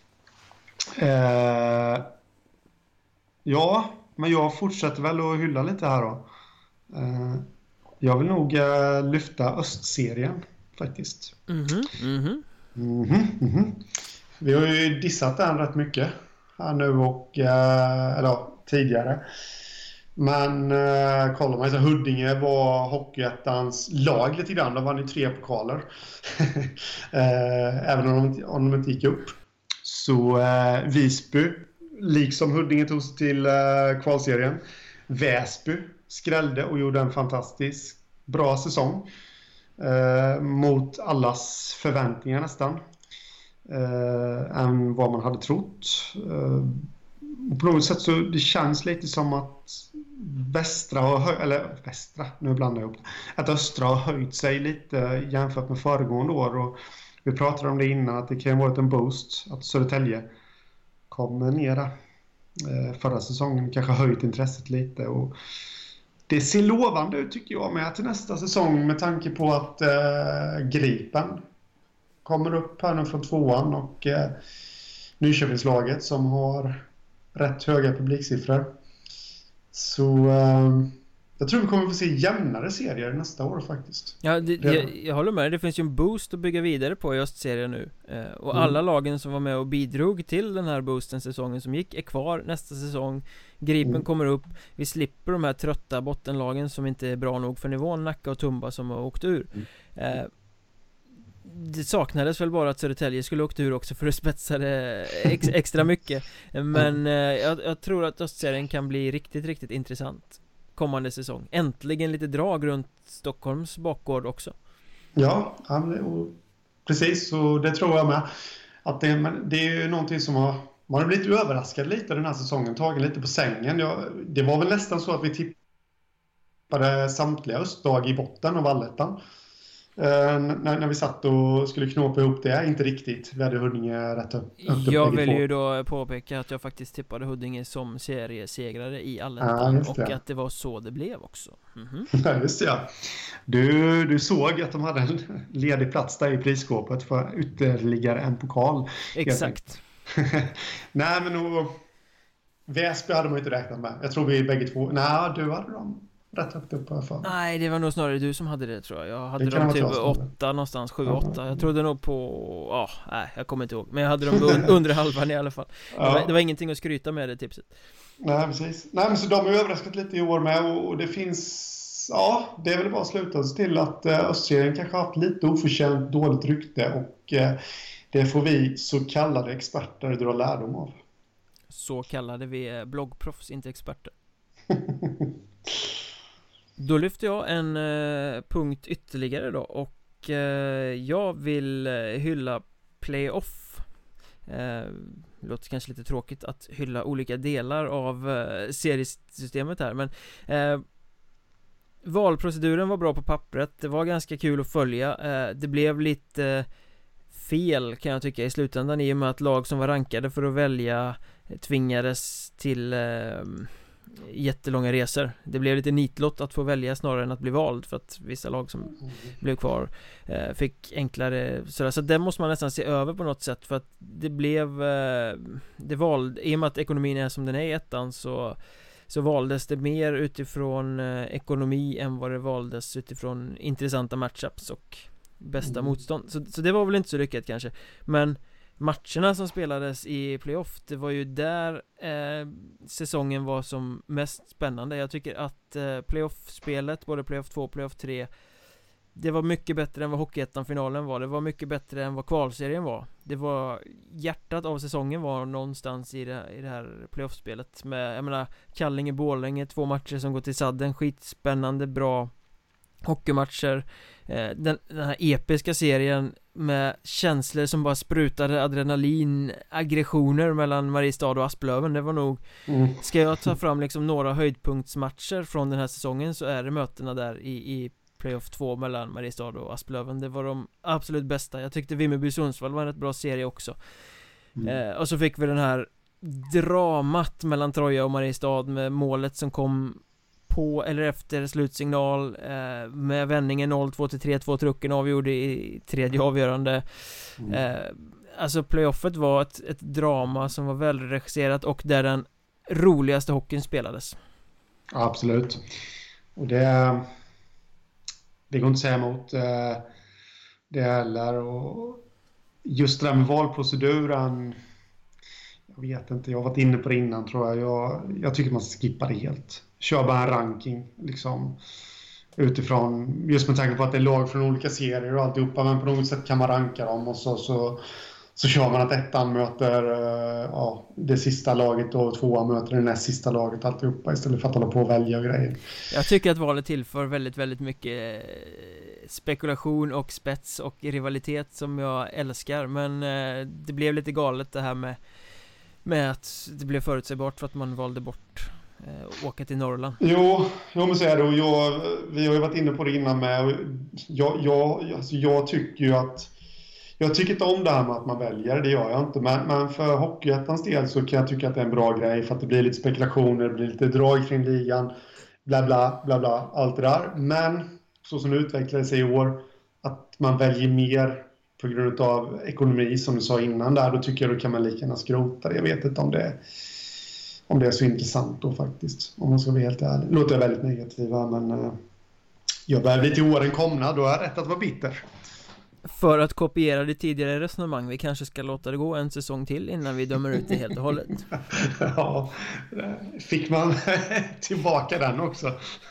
Eh, ja, men jag fortsätter väl att hylla lite här då. Eh, jag vill nog eh, lyfta Östserien faktiskt. Mhm, mhm. Mm-hmm, mm-hmm. Vi har ju dissat den rätt mycket här nu och eh, eller tidigare. Men eh, kollar man så Huddinge var Hockeyettans lag lite grann. De vann ju tre pokaler. eh, även om de, inte, om de inte gick upp. Så eh, Visby, liksom Huddinge, tog sig till eh, kvalserien. Väsby skrällde och gjorde en fantastisk bra säsong. Eh, mot allas förväntningar nästan eh, än vad man hade trott. Eh, på något sätt så det känns lite som att Västra har höj- eller Västra, nu blandar jag ihop att Östra har höjt sig lite jämfört med föregående år, och vi pratade om det innan att det kan ha varit en boost att Södertälje kom nere eh, förra säsongen, kanske höjt intresset lite, och det ser lovande ut tycker jag med till nästa säsong med tanke på att eh, Gripen kommer upp här nu från tvåan och eh, Nyköpingslaget som har rätt höga publiksiffror. Så eh, jag tror vi kommer få se jämnare serier nästa år faktiskt. Ja, det, jag, jag håller med. Det finns ju en boost att bygga vidare på i Östserien nu. Eh, och Mm. alla lagen som var med och bidrog till den här boosten säsongen som gick är kvar nästa säsong. Gripen Mm. kommer upp. Vi slipper de här trötta bottenlagen som inte är bra nog för nivån, Nacka och Tumba som har åkt ur. Mm. Eh, det saknades väl bara att Södertälje skulle åkt ur också för att spetsa det ex, extra mycket. Men eh, jag, jag tror att Östserien kan bli riktigt, riktigt intressant kommande säsong. Äntligen lite drag runt Stockholms bakgård också. Ja, och precis, så det tror jag med. Att det, men det är ju någonting som har, man har blivit överraskad lite den här säsongen, tagen lite på sängen. Jag, det var väl nästan så att vi tippade samtliga östlag i botten av Allettan. Eh, när, när vi satt och skulle knåpa ihop det, inte riktigt. Vi hade Huddinge rätt upp. Jag vill ju då påpeka att jag faktiskt tippade Huddinge som seriesegrare i Allettan, ja, och att det var så det blev också. Mm-hmm. Ja, just det, ja. Du, du såg att de hade en ledig plats där i prisskåpet för ytterligare en pokal. Exakt. Nej, men nog, Väsby hade man inte räknat med. Jag tror vi bägge två. Nej, du hade dem rätt högt upp på för. Nej, det var nog snarare du som hade det, tror jag. Jag hade Det kan dem vara typ klart. åtta, någonstans sju, åtta. Jag trodde nog på, ja, nej, jag kommer inte ihåg. Men jag hade dem un- under halvan i alla fall. Det var, Ja. det var ingenting att skryta med det tipset. Nej, precis. Nej, men så de har överraskat lite i år med, och det finns, ja, det är väl bara att sluta sig till att eh, Östserien kanske har haft lite oförtjänt dåligt rykte, och eh, det får vi så kallade experter dra lärdom av. Så kallade vi är bloggproffs, inte experter. Då lyfter jag en eh, punkt ytterligare då, och eh, jag vill eh, hylla playoff. Eh, det låter kanske lite tråkigt att hylla olika delar av eh, seriesystemet här, men eh, valproceduren var bra på pappret. Det var ganska kul att följa. eh, Det blev lite eh, fel kan jag tycka i slutändan, i och med att lag som var rankade för att välja eh, tvingades till eh, jättelånga resor. Det blev lite nitlott att få välja snarare än att bli vald, för att vissa lag som mm. blev kvar eh, fick enklare sådär. Så det måste man nästan se över på något sätt, för att det blev eh, det vald, i och med att ekonomin är som den är i ettan, så så valdes det mer utifrån eh, ekonomi än vad det valdes utifrån intressanta matchups och bästa mm. motstånd. Så, så det var väl inte så lyckat kanske. Men matcherna som spelades i playoff, det var ju där eh, säsongen var som mest spännande. Jag tycker att eh, playoff-spelet, både playoff två och playoff tre, det var mycket bättre än vad Hockeyettan-finalen var. Det var mycket bättre än vad kvalserien var. Det var, hjärtat av säsongen var någonstans i det, i det här playoff-spelet. Med, jag menar, Kallinge-Borlänge, två matcher som går till sadden. Skitspännande, bra hockeymatcher. eh, den, den här episka serien med känslor som bara sprutade adrenalin, aggressioner mellan Mariestad och Asplöven. Det var nog, mm. ska jag ta fram liksom några höjdpunktsmatcher från den här säsongen, så är det mötena där i, i playoff två mellan Mariestad och Asplöven. Det var de absolut bästa. Jag tyckte Vimmerby Sundsvall var en rätt bra serie också. mm. eh, Och så fick vi den här dramat mellan Troja och Mariestad, med målet som kom på eller efter slutsignal, eh, med vändningen noll två till tre två, trucken avgjorde i tredje avgörande. mm. eh, Alltså playoffet var ett, ett drama som var välregisserat, och där den roligaste hockeyn spelades. Absolut. Och det det går inte att säga emot eh, det heller. Och just det där med valproceduren, jag vet inte, jag har varit inne på det innan tror jag. Jag, jag tycker man ska skippa det helt. Kör bara en ranking liksom, utifrån, just med tanke på att det är lag från olika serier och alltihopa, men på något sätt kan man ranka dem, och så, så, så kör man att ettan möter uh, ja, det sista laget och tvåan möter det näst sista laget, alltihopa, istället för att hålla på och välja och grejer. Jag tycker att valet tillför väldigt, väldigt mycket spekulation och spets och rivalitet som jag älskar, men uh, det blev lite galet det här med med att det blev förutsägbart för att man valde bort eh, åka till Norrland. Jo, jo men så är det, och jag, vi har ju varit inne på det innan med, och jag, jag, alltså jag tycker ju att jag tycker inte om det här med att man väljer, det gör jag inte, men, men för Hockeyettans del så kan jag tycka att det är en bra grej, för att det blir lite spekulationer, det blir lite drag kring ligan, bla bla bla bla, allt det där, men så som det utvecklade sig i år, att man väljer mer på grund av ekonomi, som du sa innan där, då tycker jag då kan man lika gärna skrota det. Jag vet inte om det, om det är så intressant då faktiskt, om man ska vara helt ärlig. Låter jag väldigt negativa, men uh, jag börjar bli till åren komna, då är jag rätt att vara bitter. För att kopiera det tidigare resonemang, vi kanske ska låta det gå en säsong till innan vi dömer ut det helt och hållet. Ja, fick man tillbaka den också.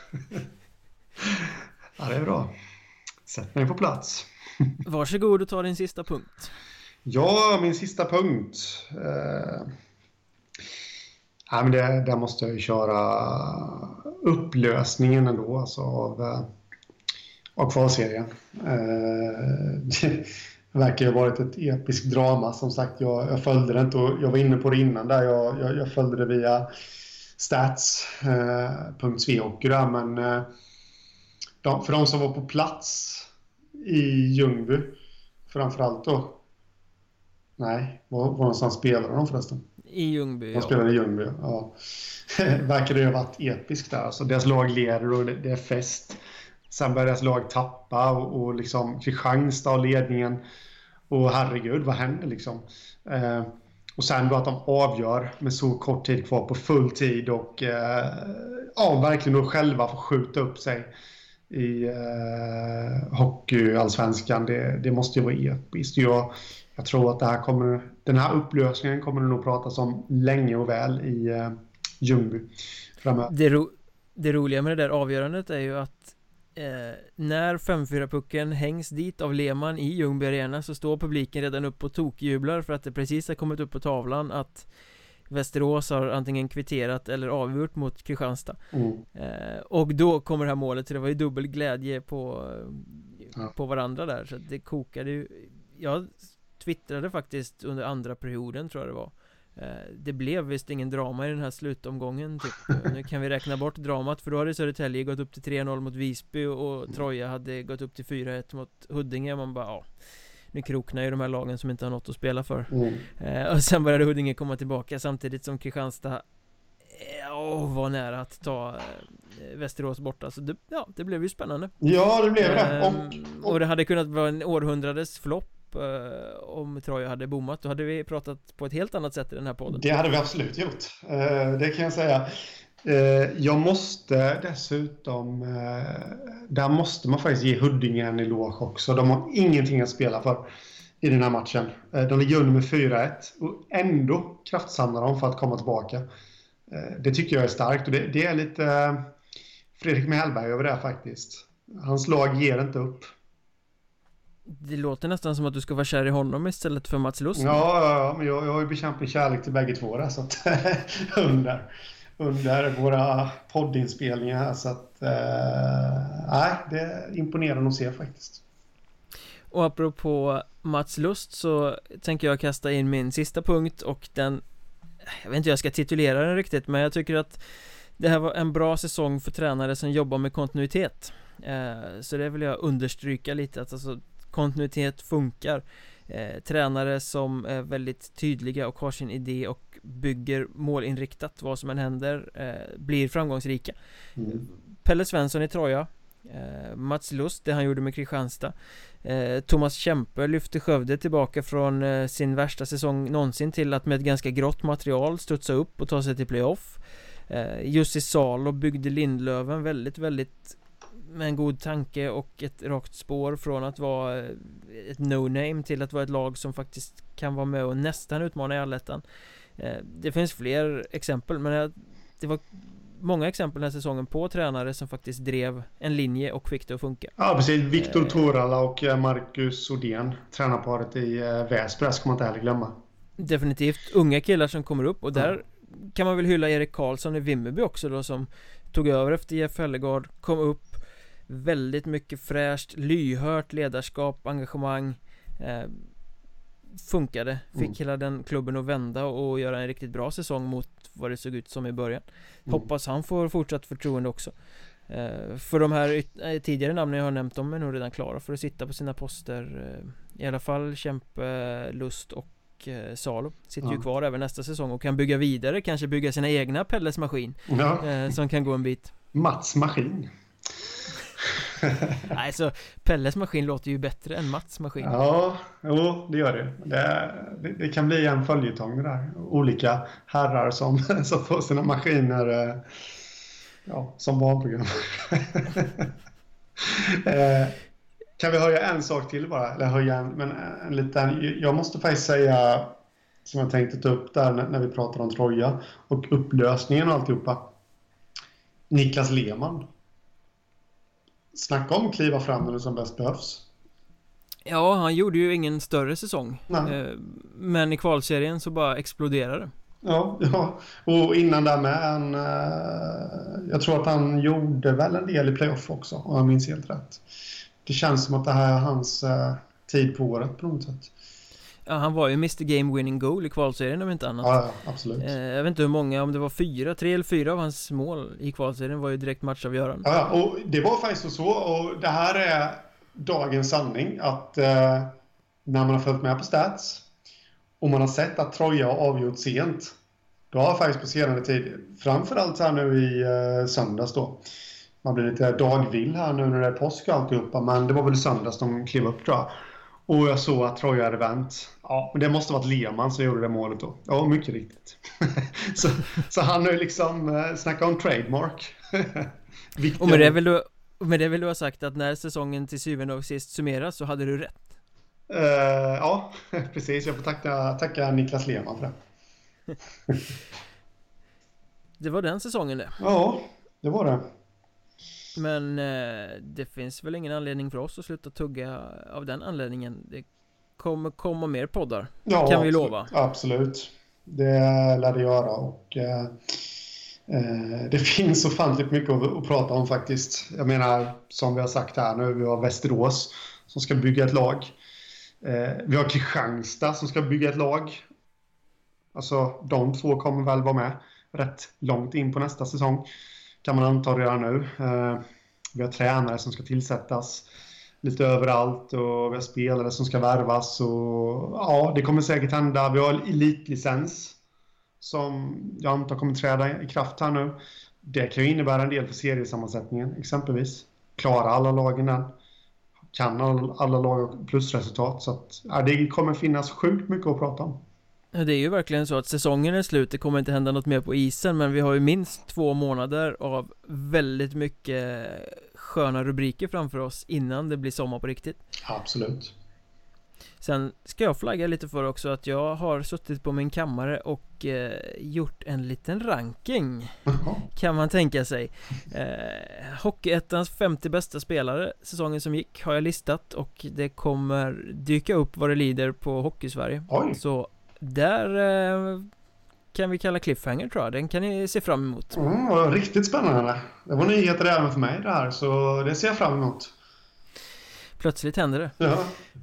Ja, det är bra. Sätt mig på plats. Varsågod och ta din sista punkt. Ja, min sista punkt. Eh, ja, men det, där måste jag ju köra upplösningen ändå, alltså av, av kvalserien. Eh, det verkar ju ha varit ett episkt drama. Som sagt, jag, jag följde det inte, och jag var inne på det innan där. Jag, jag, jag följde det via stats punkt svehockey där, men eh, de, för de som var på plats i Ljungby framförallt då. Nej, var, var någonstans spelade de förresten? I Ljungby, de ja. spelade i Ljungby, ja. Verkar det ju ha varit episkt där. Alltså, deras lag leder och det, det är fest. Sen börjar deras lag tappa och, och liksom Kristianstad och ledningen. Och herregud, vad händer liksom? Eh, och sen då att de avgör med så kort tid kvar på full tid och eh, ja, verkligen då själva får skjuta upp sig i eh, hockeyallsvenskan. Det, det måste ju vara episkt. Jag, jag tror att det här kommer, den här upplösningen kommer det nog pratas om länge och väl i eh, Ljungby framöver. Det, ro, det roliga med det där avgörandet är ju att eh, när fem fyra-pucken hängs dit av Lehmann i Ljungby Arena, så står publiken redan upp och tokjublar för att det precis har kommit upp på tavlan att Västerås har antingen kvitterat eller avgjort mot Kristianstad. Mm. Eh, och då kommer det här målet, så det var ju dubbel glädje på, ja. på varandra där. Så det kokade ju. Jag twittrade faktiskt under andra perioden, tror jag det var, Det blev visst ingen drama i den här slutomgången typ. Nu kan vi räkna bort dramat, för då hade Södertälje gått upp till tre noll mot Visby och Troja hade gått upp till fyra ett mot Huddinge. Man bara, ja, nu kroknar ju de här lagen som inte har något att spela för. Mm. Och sen började Huddinge komma tillbaka samtidigt som Kristianstad oh, var nära att ta Västerås borta. Så det, ja, det blev ju spännande. Ja, det blev det. Ehm, och, och det hade kunnat vara en århundrades flopp om Troja hade bommat. Då hade vi pratat på ett helt annat sätt i den här podden. Det hade vi absolut gjort. Det kan jag säga. Jag måste dessutom, där måste man faktiskt ge Huddinge en eloge också. De har ingenting att spela för i den här matchen. De ligger under med fyra ett och ändå kraftsamlar de för att komma tillbaka. Det tycker jag är starkt och det, det är lite Fredrik Mellberg över det faktiskt. Hans lag ger inte upp. Det låter nästan som att du ska vara kär i honom istället för Mats Lust. Ja, ja, men jag, jag har ju bekämpat min kärlek till bägge två där, så att under, under våra poddinspelningar här, så att nej, eh, det är imponerande att se faktiskt. Och apropå Mats Lust så tänker jag kasta in min sista punkt, och den, jag vet inte hur jag ska titulera den riktigt, men jag tycker att det här var en bra säsong för tränare som jobbar med kontinuitet. Eh, så det vill jag understryka lite, att alltså kontinuitet funkar. Eh, tränare som är väldigt tydliga och har sin idé och bygger målinriktat vad som än händer eh, blir framgångsrika. Mm. Pelle Svensson i Troja, eh, Mats Lust, det han gjorde med Kristianstad, eh, Thomas Kempe lyfte Skövde tillbaka från eh, sin värsta säsong någonsin till att med ett ganska grått material studsa upp och ta sig till playoff. eh, Jussi Salo byggde Lindlöven väldigt, väldigt med en god tanke och ett rakt spår från att vara ett no-name till att vara ett lag som faktiskt kan vara med och nästan utmana i allettan. Det finns fler exempel, men det var många exempel den här säsongen på tränare som faktiskt drev en linje och fick det att funka. Ja, precis. Viktor Torala och Marcus Odén, tränarparet i Väsby, ska man inte heller glömma. Definitivt unga killar som kommer upp, och där mm. kan man väl hylla Erik Karlsson i Vimmerby också då, som tog över efter Jeff Hellegard, kom upp väldigt mycket fräscht, lyhört ledarskap, engagemang, eh, funkade, fick mm. hela den klubben att vända och göra en riktigt bra säsong mot vad det såg ut som i början. Mm. Hoppas han får fortsatt förtroende också. Eh, för de här yt- tidigare namnen jag har nämnt, de är nog redan klara för att sitta på sina poster, eh, i alla fall Kämpe, Lust och eh, Salo sitter ja. ju kvar även nästa säsong och kan bygga vidare, kanske bygga sina egna Pelles maskin ja. eh, som kan gå en bit. Mats maskin. Nej, så Pelles maskin låter ju bättre än Mats maskin. Ja, jo, det gör det. Det, det, det kan bli en följetong där. Olika herrar som, som får sina maskiner ja, som barnprogram. eh, kan vi höja en sak till bara? Eller höja en, men en liten... Jag måste faktiskt säga, som jag tänkte ta upp där när, när vi pratar om Troja och upplösningen och alltihopa. Niklas Lehmann. Snacka om kliva fram när det som bäst behövs. Ja, han gjorde ju ingen större säsong. Nej. Men i kvalserien så bara exploderade. Ja, ja. Och innan där med han, jag tror att han gjorde väl en del i playoff också, om jag minns helt rätt. Det känns som att det här är hans tid på året på något sätt. Ja, han var ju mister Game Winning Goal i kvalserien om inte annat. Ja, ja, absolut. Jag vet inte hur många, om det var fyra, tre eller fyra av hans mål i kvalserien var ju direkt matchavgörande. Ja, och det var faktiskt så, och det här är dagens sanning, att eh, när man har följt med på stats och man har sett att Troja har avgjort sent, då har faktiskt på senare tid, framförallt här nu i eh, söndags då, man blir lite dagvill här nu när det är påsk och alltihopa, men det var väl i söndags de klev upp, tror jag. Och jag såg att Troja hade vänt. Ja, men det måste vara Lehmann som gjorde det målet då. Ja, mycket riktigt. så, så han har ju liksom eh, snackat om trademark. Och med det, vill du, med det vill du ha sagt att när säsongen till syvende och sist summeras så hade du rätt? Uh, ja, precis. Jag får tacka, tacka Niklas Lehmann för det. Det var den säsongen det. Ja, det var det. Men eh, det finns väl ingen anledning för oss att sluta tugga av den anledningen. Det kommer komma mer poddar, ja, kan vi lova. Absolut, det lär det göra. Och eh, eh, det finns så fanligt mycket att, att prata om faktiskt. Jag menar, som vi har sagt här nu, vi har Västerås som ska bygga ett lag. Eh, vi har Kristianstad som ska bygga ett lag. Alltså de två kommer väl vara med rätt långt in på nästa säsong. Kan man anta redan nu. Eh, vi har tränare som ska tillsättas lite överallt och vi har spelare som ska värvas. Och, ja, det kommer säkert hända. Vi har elitlicens som jag antar kommer träda i kraft här nu. Det kan ju innebära en del för seriesammansättningen exempelvis. Klara alla lagen där. Kan alla, alla lag plusresultat. Så att, ja, det kommer finnas sjukt mycket att prata om. Det är ju verkligen så att säsongen är slut. Det kommer inte hända något mer på isen. Men vi har ju minst två månader av väldigt mycket sköna rubriker framför oss innan det blir sommar på riktigt. Absolut. Sen ska jag flagga lite för också att jag har suttit på min kammare och eh, gjort en liten ranking. Kan man tänka sig. eh, Hockeyettans femtio bästa spelare säsongen som gick har jag listat. Och det kommer dyka upp vad det lider på Hockeysverige. Oj. Så där eh, kan vi kalla cliffhanger, tror jag. Den kan ni se fram emot. Mm, vad riktigt spännande. Det var nyheter även för mig det här. Så det ser jag fram emot. Plötsligt händer det. Ja.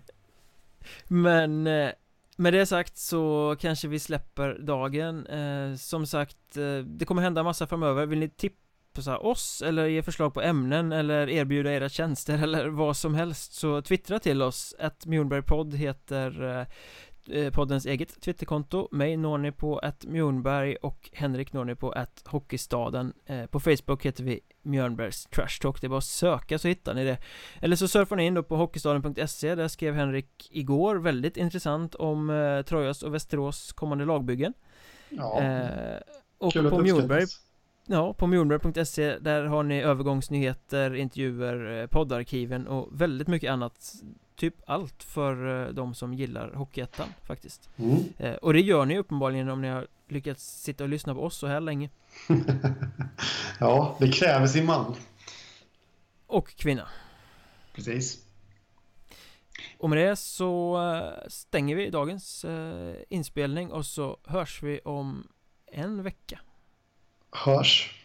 Men eh, med det sagt så kanske vi släpper dagen. eh, Som sagt, eh, det kommer hända massa framöver. Vill ni tipsa oss eller ge förslag på ämnen eller erbjuda era tjänster eller vad som helst, så twittra till oss. Att Mjornbergpodd heter eh, poddens eget twitterkonto. Mig når ni på att Mjornberg och Henrik når ni på att Hockeystaden. eh, På Facebook heter vi Mjörnbergs Trash Talk. Det är bara att söka så hittar ni det. Eller så surfar ni in då på hockeystaden punkt se. Där skrev Henrik igår väldigt intressant om eh, Trojas och Västerås kommande lagbyggen. Ja. eh, Och Kul på att Mjornberg, uppskattas. ja, på mjornberg punkt se där har ni övergångsnyheter, intervjuer, eh, poddarkiven och väldigt mycket annat. Typ allt för eh, de som gillar Hockeyettan faktiskt. Mm. eh, Och det gör ni uppenbarligen om ni har lyckats sitta och lyssna på oss så här länge. Ja, det kräver sin man. Och kvinna. Precis. Och med det så eh, stänger vi dagens eh, inspelning och så hörs vi om en vecka. Hörs.